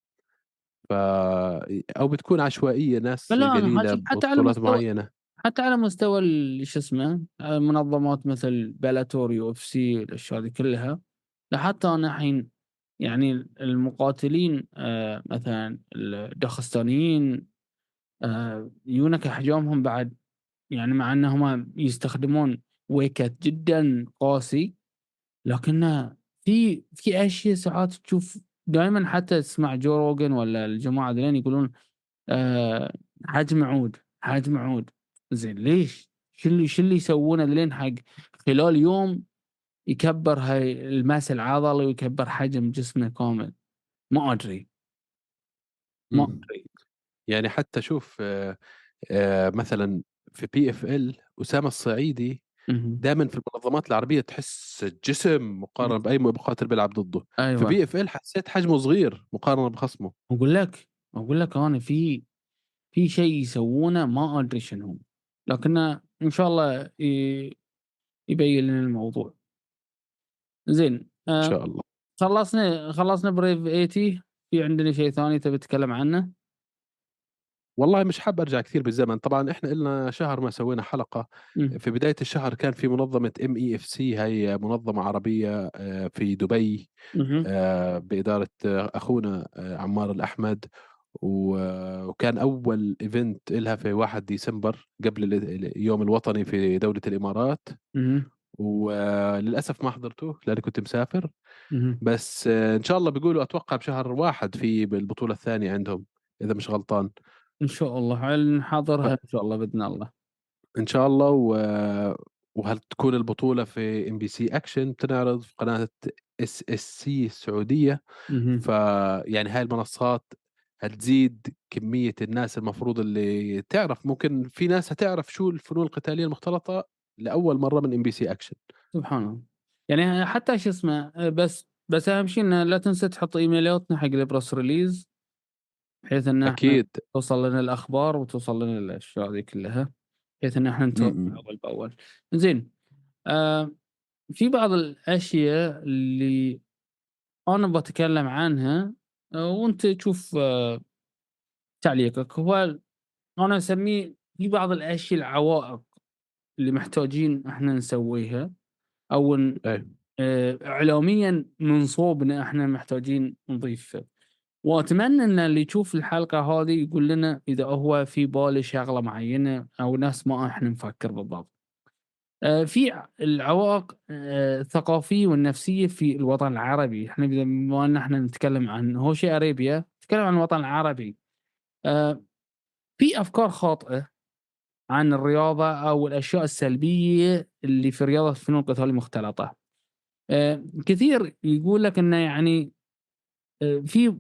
ف أو بتكون عشوائية ناس لا أنا قليلة حاجيك ببطولات معينة. حتى على مستوى شو اسمه، منظمات مثل Bellator UFC الأشياء هذه كلها، لا حتى أنا الحين يعني المقاتلين مثلًا الداغستانيين يونك أحجامهم بعد يعني مع إنهم يستخدمون weight جدًا قاسي، لكنه في أشياء ساعات تشوف دايمًا حتى تسمع جو روجن والّا الجماعة ذيلين يقولون آآ حجم عود، حجم عود، زين ليش؟ شو اللي يسوونه لين حق خلال يوم يكبّر هاي الماس العضلي ويكبّر حجم جسمه كامل، ما أدري، ما إمم. أدري. يعني حتى شوف مثلًا في PFL أسامة الصعيدي اهم. دايمًا في المنظمات العربية تحس جسم مقارنة بأي مقاتل بيلعب ضده، في أيوه، PFL حسيت حجمه صغير مقارنة بخصمه. أقول لك أنا في شيء يسوونه ما أدري شنو هو، لكنه إن شاء الله يبين لنا الموضوع. زين إن شاء الله. خلصنا brave 80 في عندنا شيء ثاني تبي تتكلم عنه؟ والله مش حابب أرجع كثير بالزمن، طبعًا إحنا إلنا شهر ما سوينا حلقة، إمم. في بداية الشهر كان في منظمة MEFC هي منظمة عربية في دبي اهم. بإدارة أخونا عمار الأحمد، وكان أول event إلها في 1 ديسمبر قبل اليوم الوطني في دولة الإمارات، اهم. وللأسف ما حضرته لأني كنت مسافر، اهم. بس إن شاء الله بيقولوا أتوقع بشهر 1 في بالبطولة الثانية عندهم إذا مش غلطان. إن شاء الله نحضرها إن شاء الله بإذن الله. إن شاء الله وهتكون البطولة في MBC أكشن بتنعرض في قناة SSC السعودية، اهم. فيعني هاي المنصات هتزيد كمية الناس المفروض اللي تعرف ممكن في ناس هتعرف شو الفنون القتالية المختلطة لأول مرة من MBC أكشن. سبحان الله. يعني حتى شو اسمه بس أهم شيء إنه لا تنسى تحط إيميلاتنا حق الpress release بحيث إن إحنا أكيد. توصل لنا الأخبار وتوصل لنا الأشياء ذي كلها. بحيث إن إحنا إمم، نتابع إمم. أول بأول. زين، آآ في بعض الأشياء اللي أنا باتكلم عنها، وأنت تشوف تعليقك. هو أنا أسميه في بعض الأشياء العوائق اللي محتاجين إحنا نسويها، أو أيوه. إعلاميًا من صوبنا إحنا محتاجين نضيفه. وأتمنى إن اللي يشوف الحلقة هذه يقول لنا إذا هو في باله شغلة معينة أو نفس ما إحنا نفكر بالضبط. في العوائق الثقافية والنفسية في الوطن العربي. إحنا بما إن إحنا نتكلم عن هوشة أريبيا، نتكلم عن الوطن العربي. آآ في أفكار خاطئة عن الرياضة أو الأشياء السلبية اللي في رياضة الفنون القتالية المختلطة. كثير يقول لك إنه يعني في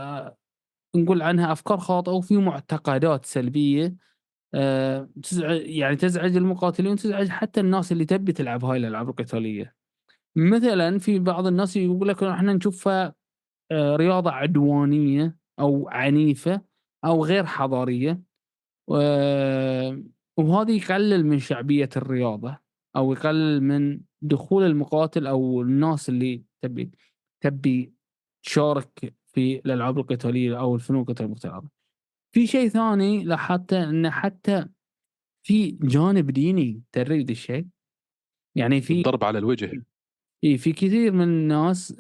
نقول عنها أفكار خاطئة وفي معتقدات سلبية يعني تزعج المقاتلين وتزعج حتى الناس اللي تبي تلعب هاي الألعاب القتالية. مثلًا في بعض الناس يقول لك إحنا نشوفها رياضة عدوانية أو عنيفة أو غير حضارية. و وهذا يقلل من شعبية الرياضة، أو يقلل من دخول المقاتل أو الناس اللي تبي تشارك في الألعاب القتالية أو الفنون القتالية المختلطة. في شيء ثاني لاحظته، إنه حتى في جانب ديني تدري ذا الشيء؟ يعني الضرب على الوجه. في كثير من الناس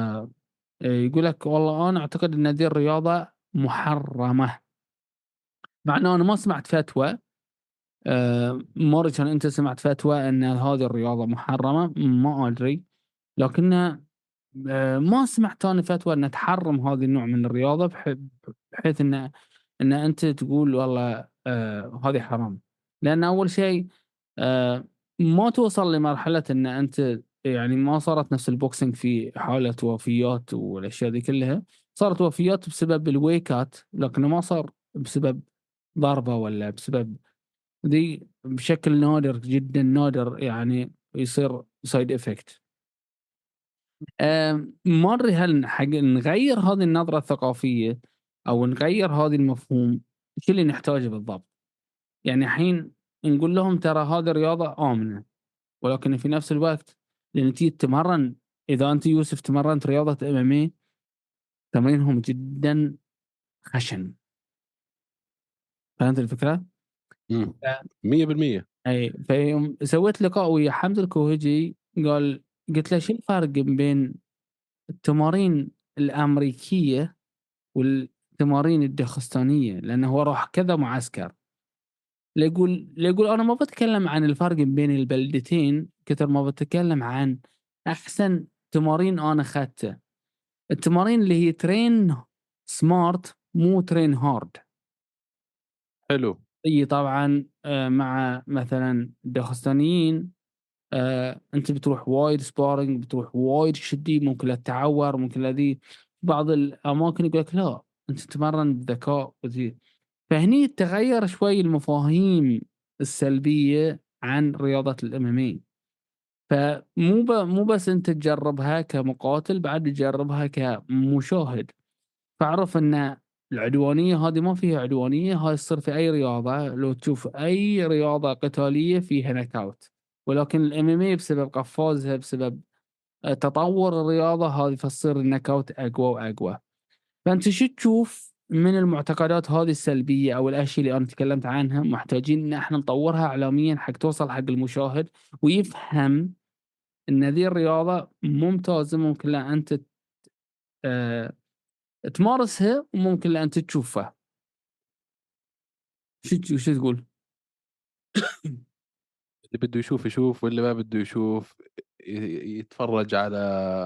يقول لك والله أنا أعتقد إن ذي الرياضة محرمة، مع إنه أنا ما سمعت فتوى. موريتون، أنت سمعت فتوى أن هذه الرياضة محرمة؟ ما أدري، لكنه ما سمعت أنا فتوى أن تحرم هذا النوع من الرياضة بحيث إن أنت تقول والله هذه حرام. لأن أول شيء آآ ما توصل لمرحلة إن أنت يعني ما صارت نفس البوكسينج في حالة وفيات والأشياء ذي كلها. صارت وفيات بسبب الويكات، لكنه ما صار بسبب ضربة والّا بسبب ذي، بشكل نادر جدًا نادر يعني يصير side effect. ما أدري هل نغيّر هذه النظرة الثقافية أو نغيّر هذا المفهوم، إيش اللي نحتاجه بالضبط؟ يعني الحين نقول لهم ترى هذه رياضة آمنة، ولكن في نفس الوقت لما تيجي تتمرن، إذا أنت يوسف تمرنت رياضة MMA تمرينهم جدًا خشن. فهمت الفكرة؟ إمم. ف 100%. أي، فيوم سويت لقاء ويا حمد الكوهجي قُلت له: "شو الفرق بين التمارين الأمريكية والتمارين الداغستانية؟" لأنه هو راح كذا معسكر. لا يقول أنا ما باتكلم عن الفرق بين البلدتين كتر ما باتكلم عن أحسن تمارين أنا أخدته، التمارين اللي هي train smart مو train hard. حلو. طبعًا مع مثلًا الداغستانيين أنت بتروح وايد sparring، بتروح وايد شديد، ممكن لا تتعور، ممكن لا ذي. بعض الأماكن يقول لك لأ، أنت تتمرن بذكاء وذي. فهني تغيّر شوي المفاهيم السلبية عن رياضة الMMA. مو بس أنت تجرّبها كمقاتل، بعد تجرّبها كمشاهد. فاعرف إن العدوانية هذه ما فيها عدوانية، هاي تصير في أي رياضة. لو تشوف أي رياضة قتالية فيها knockout، ولكن الMMA بسبب قفازها، بسبب تطوّر الرياضة هذه، فتصير الknockout أقوى وأقوى. فأنت شو تشوف من المعتقدات هذه السلبية أو الأشياء اللي أنا تكلمت عنها، محتاجين إن إحنا نطوّرها إعلاميًا حق توصل حق المشاهد ويفهم إن ذي الرياضة ممتازة، ممكن لا أنت آآ تمارسها وممكن لا أنت تشوفها. شو تقول؟ اللي بده يشوف يشوف، واللي ما بده يشوف يتفرج على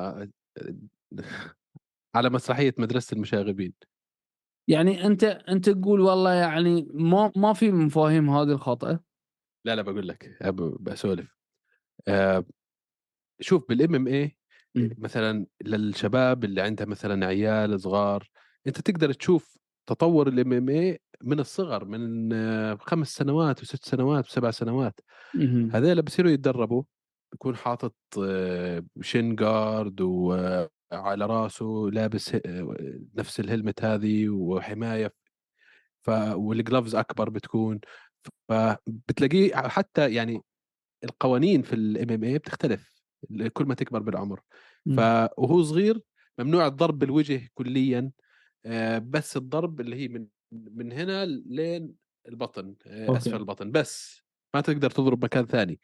على مسرحية مدرسة المشاغبين. يعني أنت تقول والله يعني ما في مفاهيم هذه الخاطئة؟ لا، لا، باقول لك باسولف. آآ شوف بالMMA إمم. مثلًا للشباب اللي عندها مثلًا عيال صغار، أنت تقدر تشوف تطوّر الMMA من الصغر، من 5 سنوات و6 سنوات و7 سنوات. اهم. هذيلا بصيروا يتدربوا، بيكون حاطط shin guard وعلى راسه لابس نفس الhelmet هذه وحماية، والgloves أكبر بتكون. فبتلاقيه حتى يعني القوانين في الام ام اي بتختلف كل ما تكبر بالعمر. إمم، وهو صغير ممنوع الضرب بالوجه كليا، بس الضرب اللي هي من هنا لين البطن، اسفل أوكي. البطن بس، ما تقدر تضرب مكان ثاني.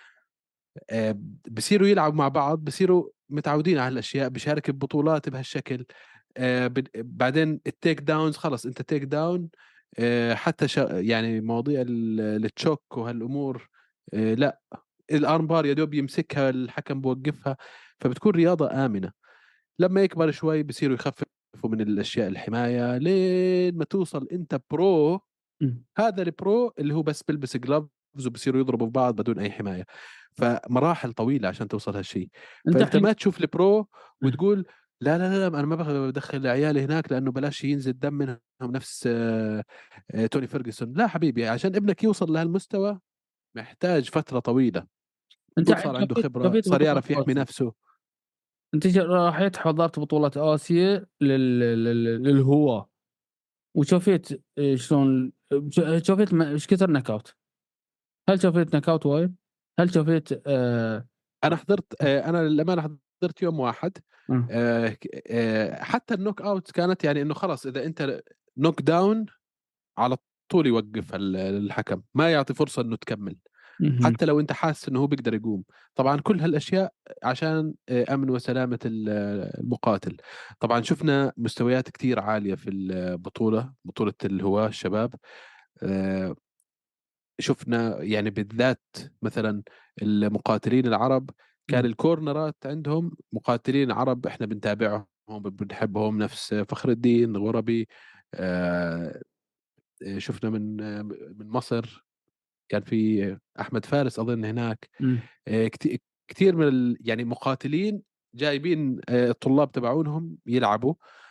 بصيروا يلعبوا مع بعض، بصيروا متعودين على الاشياء، بشارك ببطولات بهالشكل. بعدين التيك داونز، خلص انت تيك داون، حتى يعني مواضيع التشوك وهالامور، لا، الارم بار يا دوب يمسكها الحكم بوقفها. فبتكون رياضة آمنة. لما يكبر شوي بصيروا يخففوا من الاشياء الحماية لين ما توصل انت برو. إمم. هذا البرو اللي هو بس بيلبس جلافز وبصيروا يضربوا في بعض بدون اي حمايه. فمراحل طويله عشان توصل هالشيء. أنت فانت الحين ما تشوف البرو إمم. وتقول لا لا لا انا ما بدخل عيالي هناك لانه بلاش ينزل دم منهم نفس توني فيرجسون. لا حبيبي، عشان ابنك يوصل لهالمستوى محتاج فتره طويله، أنت يكون الحين صار عنده خبره، شفيت صار بطولات يعرف يحمي آسيا. نفسه. أنت رحت حضرت بطولة آسيا للهواة، وشفيت شلون شفيت إيش كثر نك أوت؟ هل شفيت نك أوت وايد؟ هل شفيت انا حضرت، انا للامانه حضرت يوم واحد. إمم، حتى النوك اوت كانت يعني انه خلص اذا انت نوك داون على طول يوقف الحكم، ما يعطي فرصة انه تكمل، اهم، حتى لو انت حاسس انه هو بيقدر يقوم. طبعا كل هالاشياء عشان امن وسلامة المقاتل. طبعا شفنا مستويات كتير عالية في البطولة، بطولة الهواة الشباب. آه، شفنا يعني بالذات مثلا المقاتلين العرب، كان إمم، الكورنرات عندهم مقاتلين عرب احنا بنتابعهم بنحبهم، نفس فخر الدين غربي. آه، شفنا من مصر كان في احمد فارس اظن هناك. إمم. كثير من يعني مقاتلين جايبين الطلاب تبعونهم يلعبوا.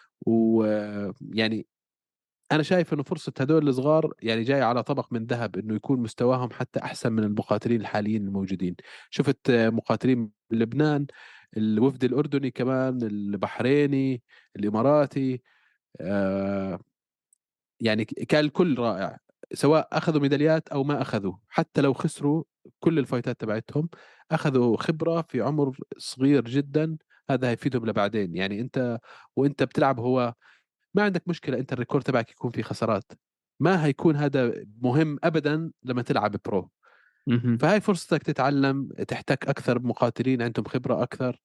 ويعني انا شايف انه فرصه هدول الصغار يعني جاي على طبق من ذهب، انه يكون مستواهم حتى احسن من المقاتلين الحاليين الموجودين. شفت مقاتلين من لبنان، الوفد الاردني كمان، البحريني، الاماراتي. آه، يعني كان الكل رائع، سواء اخذوا ميداليات او ما اخذوا، حتى لو خسروا كل الفايتات تبعتهم، اخذوا خبرة في عمر صغير جدا. هذا هيفيدهم لبعدين. يعني انت وانت بتلعب هو ما عندك مشكلة انت الريكورد تبعك يكون فيه خسارات، ما هيكون هذا مهم ابدا لما تلعب برو. اهم. فهاي فرصتك تتعلم، تحتك اكثر بمقاتلين عندهم خبرة اكثر.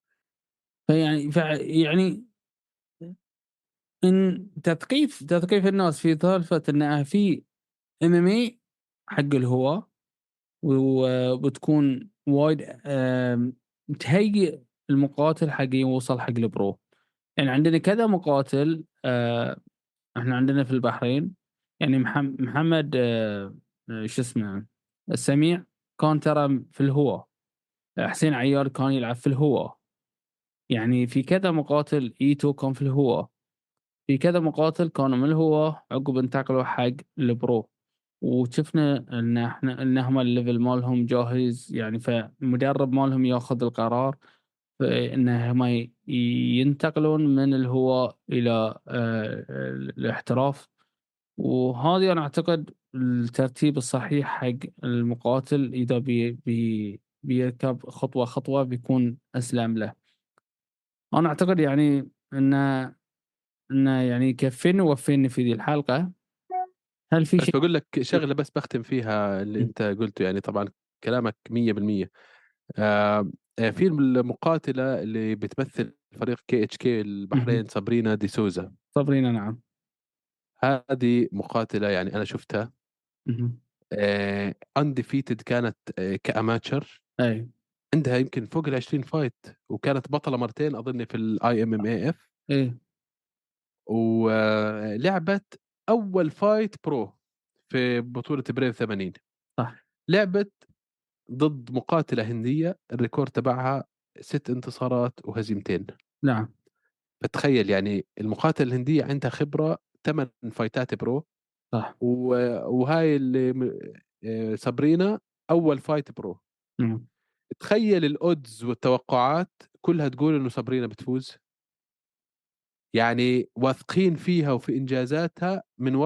يعني إن تثقيف الناس في سالفة إن في MMA حق الهواة، وبتكون وايد تهيئ المقاتل حق يوصل حق الPro. يعني عندنا كذا مقاتل إحنا عندنا في البحرين، يعني محمد شو اسمه، السميع، كان ترى في الهواة، حسين عيار كان يلعب في الهواة، يعني في كذا مقاتل، إيتو كان في الهواة. في كذا مقاتل كانوا من الهواة عقب انتقلوا حق البرو، وشفنا إن هم الlevel مالهم جاهز، يعني فالمدرب مالهم ياخذ القرار في إن هم ينتقلون من الهواة إلى الاحتراف. وهذه أنا أعتقد الترتيب الصحيح حق المقاتل، إذا بيركب خطوة خطوة بيكون أسلم له. أنا أعتقد يعني إنه يعني يكفيني ووفيني في ذي الحلقة. هل في بس شيء بقول لك شغلة بس بختم فيها اللي إمم، انت قلته، يعني طبعا كلامك 100%. آه، في المقاتلة اللي بتمثل فريق كي اتش كي اهم، البحرين، صابرينا دي سوزا. صابرينا نعم، هذه مقاتلة يعني أنا شفتها اهم، انديفيتد، كانت كأماتشر، أيوه، عندها يمكن فوق ال 20 فايت، وكانت بطلة مرتين أظن في الاي ام ام اي اف. إيه، ولعبت أول فايت برو في بطولة بريف 80. صح، لعبت ضد مقاتلة هندية الريكورد تبعها 6 انتصارات وهزيمتين. نعم، فتخيل يعني المقاتلة الهندية عندها خبرة 8 فايتات برو. صح، وهاي اللي سابرينا أول فايت برو. إمم، تخيل الأودز والتوقعات كلها تقول إنه سابرينا بتفوز، يعني واثقين فيها وفي إنجازاتها من وراء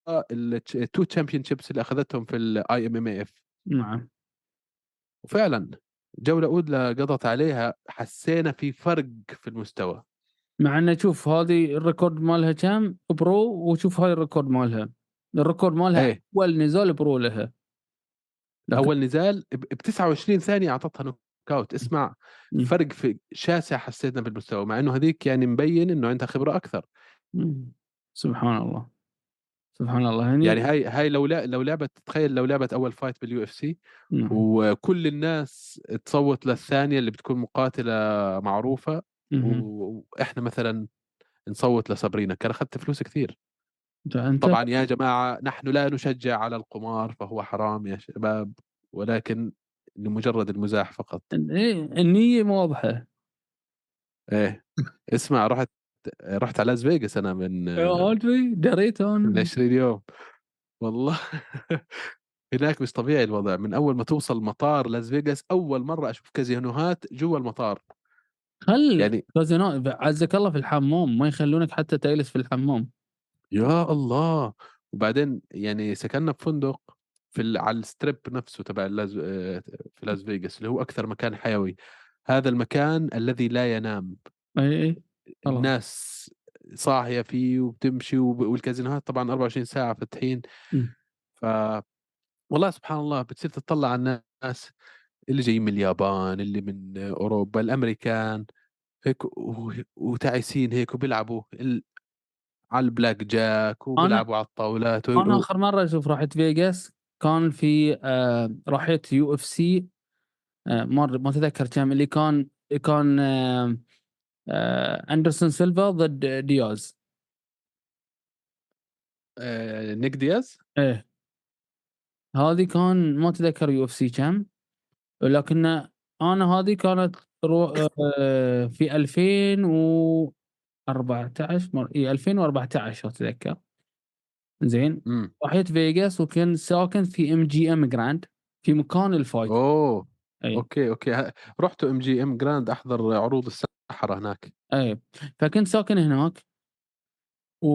التو تشامبيون شيبس اللي اخذتهم في الاي ام ام اف. نعم. وفعلا جولة أولى قضت عليها، حسينا في فرق في المستوى. مع إنه شوف هذه الريكورد مالها كام برو، وشوف هاي الريكورد مالها، الريكورد مالها ايه، أول نزال برو لها، لكن أول نزال ب 29 ثانية أعطتها نوك أوت. اسمع، إمم، فرق في شاسع حسيتنا بالمستوى، مع إنه هذيك يعني مبين إنه عندها خبرة أكثر. إمم، سبحان الله، سبحان الله يعني هني. هاي لو لعبت، تخيل لو لعبت أول فايت باليو اف سي نعم. وكل الناس تصوت للثانية اللي بتكون مقاتلة معروفة، اهم. وإحنا مثلا نصوت لصابرينا، كان أخذت فلوس كثير. أنت طبعا يا جماعة نحن لا نشجع على القمار، فهو حرام يا شباب، ولكن لمجرد المزاح فقط. إيه النية مو واضحة. ايه، اسمع، رحت على لاس فيغاس انا أدري دريت من أنا. 20 يوم والله. هناك مش طبيعي الوضع، من اول ما توصل مطار لاس فيغاس اول مرة اشوف كازينوهات جوا المطار. خل يعني كازينو عزك الله في الحمام ما يخلونك حتى تجلس في الحمام. يا الله. وبعدين يعني سكننا في فندق على الستريب نفسه تبع في لاس فيغاس، اللي هو اكثر مكان حيوي. هذا المكان الذي لا ينام. أي، أي، خلاص. الناس صاحية فيه وبتمشي، والكازينوهات طبعا 24 ساعة فاتحين. إمم. ف والله سبحان الله، بتصير تطلع على الناس اللي جايين من اليابان، اللي من أوروبا، الأمريكان، هيك وتعيسين هيك، وبيلعبوا على البلاك جاك، أنا وبيلعبوا على الطاولات أنا آخر مرة شوف رحت فيغاس كان في رحت UFC، ما أتذكر كم اللي كان أندرسون سيلفا ضد دياز. نيك دياز. إيه، هذه كان ما أتذكر UFC كم، لكن أنا هذه كانت في 2014 إي 2014 أتذكر. زين، امم رحت فيغاس وكنت ساكن في MGM جراند في مكان الfight. اوه، أي، اوكي اوكي. رحت ام جي ام جراند احضر عروض السحرة هناك. أي، فكنت ساكن هناك و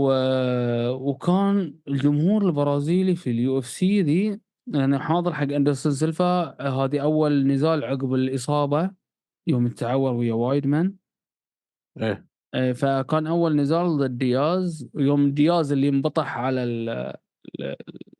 وكان الجمهور البرازيلي في الUFC ذي، أنا حاضر حق أندرسون سيلفا، هذه أول نزال عقب الإصابة يوم تعور ويا وايدمان. ايه فكان أول نزال ضد دياز، ويوم دياز اللي انبطح على ال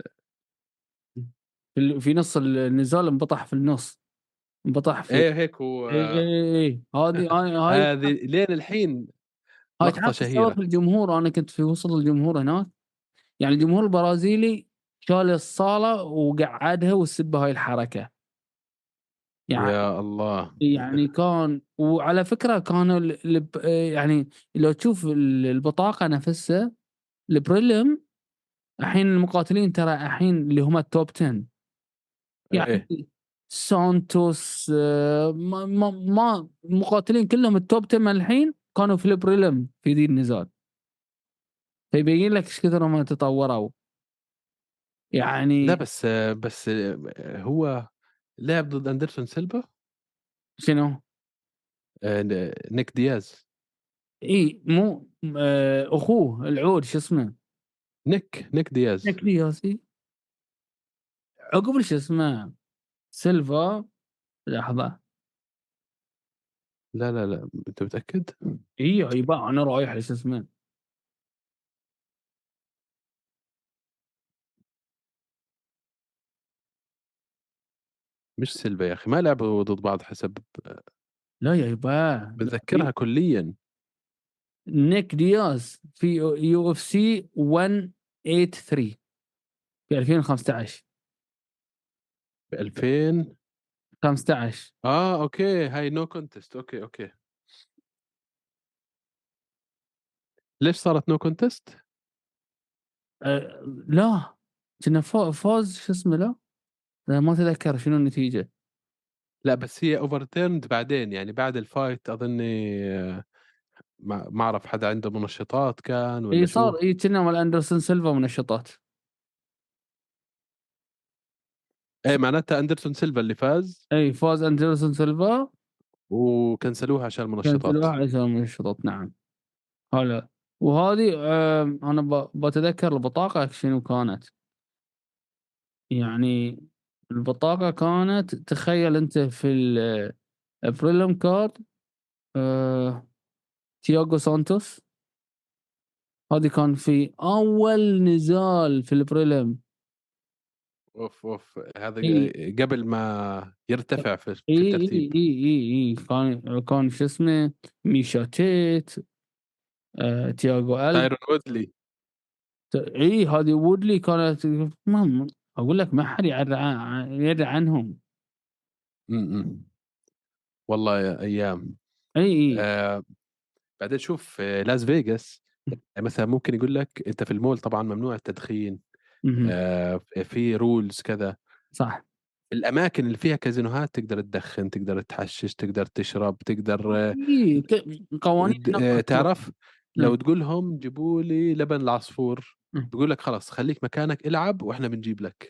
في نص النزال انبطح في النص، انبطح في ايه هيك إي، إي، إي، هاي هذه لين الحين هاي لقطة تعرف السبب؟ شهيرة. الجمهور، أنا كنت في وسط الجمهور هناك، يعني الجمهور البرازيلي شال الصالة وقعّدها وسب هاي الحركة، يعني يا الله. كان، وعلى فكرة كانوا ال الب يعني لو تشوف البطاقة نفسها الprelim، الحين المقاتلين ترى الحين اللي هم الtop 10 ايه يعني سانتوس، ما المقاتلين كلهم الtop 10 الحين كانوا في الprelim في ذي النزال، فيبين لك ايش كثر هم تطوروا، لا، يعني بس هو لعب ضد اندرسون سيلفا. شنو؟ نيك دياز. إي مو أخوه العود شو اسمه؟ نيك دياز. نيكليوسي، عقب شو اسمه؟ سيلفا، لحظة. لا لا لا، انت متأكد؟ يبا أنا رايح لشو اسمه. مش سيلفا يا اخي، ما لعبوا ضد بعض حسب. لا يا يبا، بتذكرها كليا. نيك دياز في UFC 183 في 2015. ب 2000. 15. اوكي، هاي نو كونتست. اوكي اوكي. ليش صارت نو كونتست؟ لا كنا فوز شو اسمه لا؟ لا ما أتذكر شنو النتيجة. لا، بس هي اوفرتيرند بعدين، يعني بعد الفايت اظني. ما اعرف حدا عنده منشطات كان ولا شو. كنا مال أندرسون سيلفا منشطات. ايه، معناتها اندرسون سيلفا اللي فاز، فاز أندرسون سيلفا، وكنسلوها عشان كانت المنشطات. الواحد منشطات نعم. هلا وهذه أنا باتذكر البطاقة شنو كانت، يعني البطاقة كانت تخيّل أنت في الprelim card تياغو سانتوس، هذه كان في أول نزال في الprelim. أوف، أوف، هذا إي، قبل ما يرتفع في إي، الترتيب. إي، إي، إي، إي، كان شو اسمه ميشا تيت، تياغو تايرون وودلي. إي هذه وودلي كانت ما أقول لك ما حد يدري عنهم. إمم، إمم. والله يا أيام. إي، إي. آآ بعدين شوف في لاس فيغاس مثلًا ممكن يقول لك أنت في المول طبعًا ممنوع التدخين، اهم. في rules كذا. صح. الأماكن اللي فيها كازينوهات تقدر تدخن، تقدر تحشِّش، تقدر تشرب، تقدر إي قوانين د هناك مفتوحة. تعرف لو إمم. تقول لهم جيبوا لي لبن العصفور، إمم. بيقول لك خلاص خلّيك مكانك العب وإحنا بنجيب لك.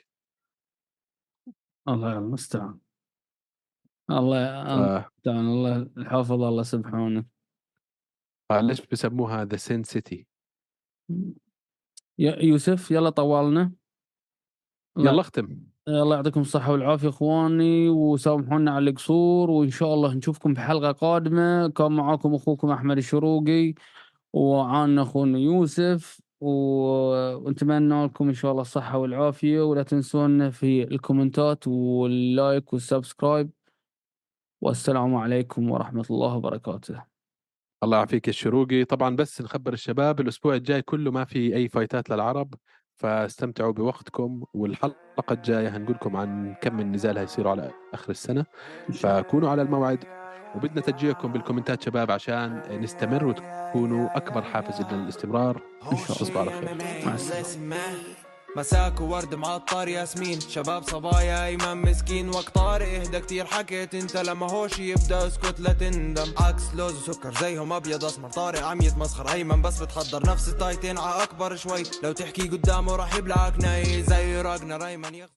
الله المستعان. الله ف المستعان، الله الحافظ الله سبحانه. فليش بيسموها the sin city. إمم. يا يوسف يالّا طوّلنا. الله يالّا اختم. الله يعطيكم الصحة والعافية إخواني، وسامحونا على القصور، وإن شاء الله نشوفكم في حلقة قادمة. كان معاكم أخوكم أحمد الشروقي، ومعانا أخونا يوسف، ونتمنى لكم إن شاء الله الصحة والعافية، ولا تنسونا في الكومنتات واللايك والسبسكرايب، والسلام عليكم ورحمة الله وبركاته. الله يعافيك يا الشروقي. طبعًا بس نخبّر الشباب الأسبوع الجاي كلّه ما في أي فايتات للعرب، فاستمتعوا بوقتكم، والحلقة الجاية هنقول لكم عن كم من نزال هيصيروا على آخر السنة، إن شاء الله. فكونوا على الموعد. وبدنا تشجيعكم بالكومنتات شباب عشان نستمر وتكونوا أكبر حافز لنا للاستمرار. إن شاء الله. تصبحوا على خير. مع السلامة. مساك وورد معطر ياسمين، شباب صبايا ايمن مسكين، وقت طارق اهدى كتير حكيت انت، لما هوش يبدا اسكت لا تندم، عكس لوز وسكر زيهم ابيض اسمر، طارق عم يتمسخر، ايمن بس بتحضر نفس التايتين ع اكبر شوي، لو تحكي قدامه راح يبلعك ناي زي راجنر ايمن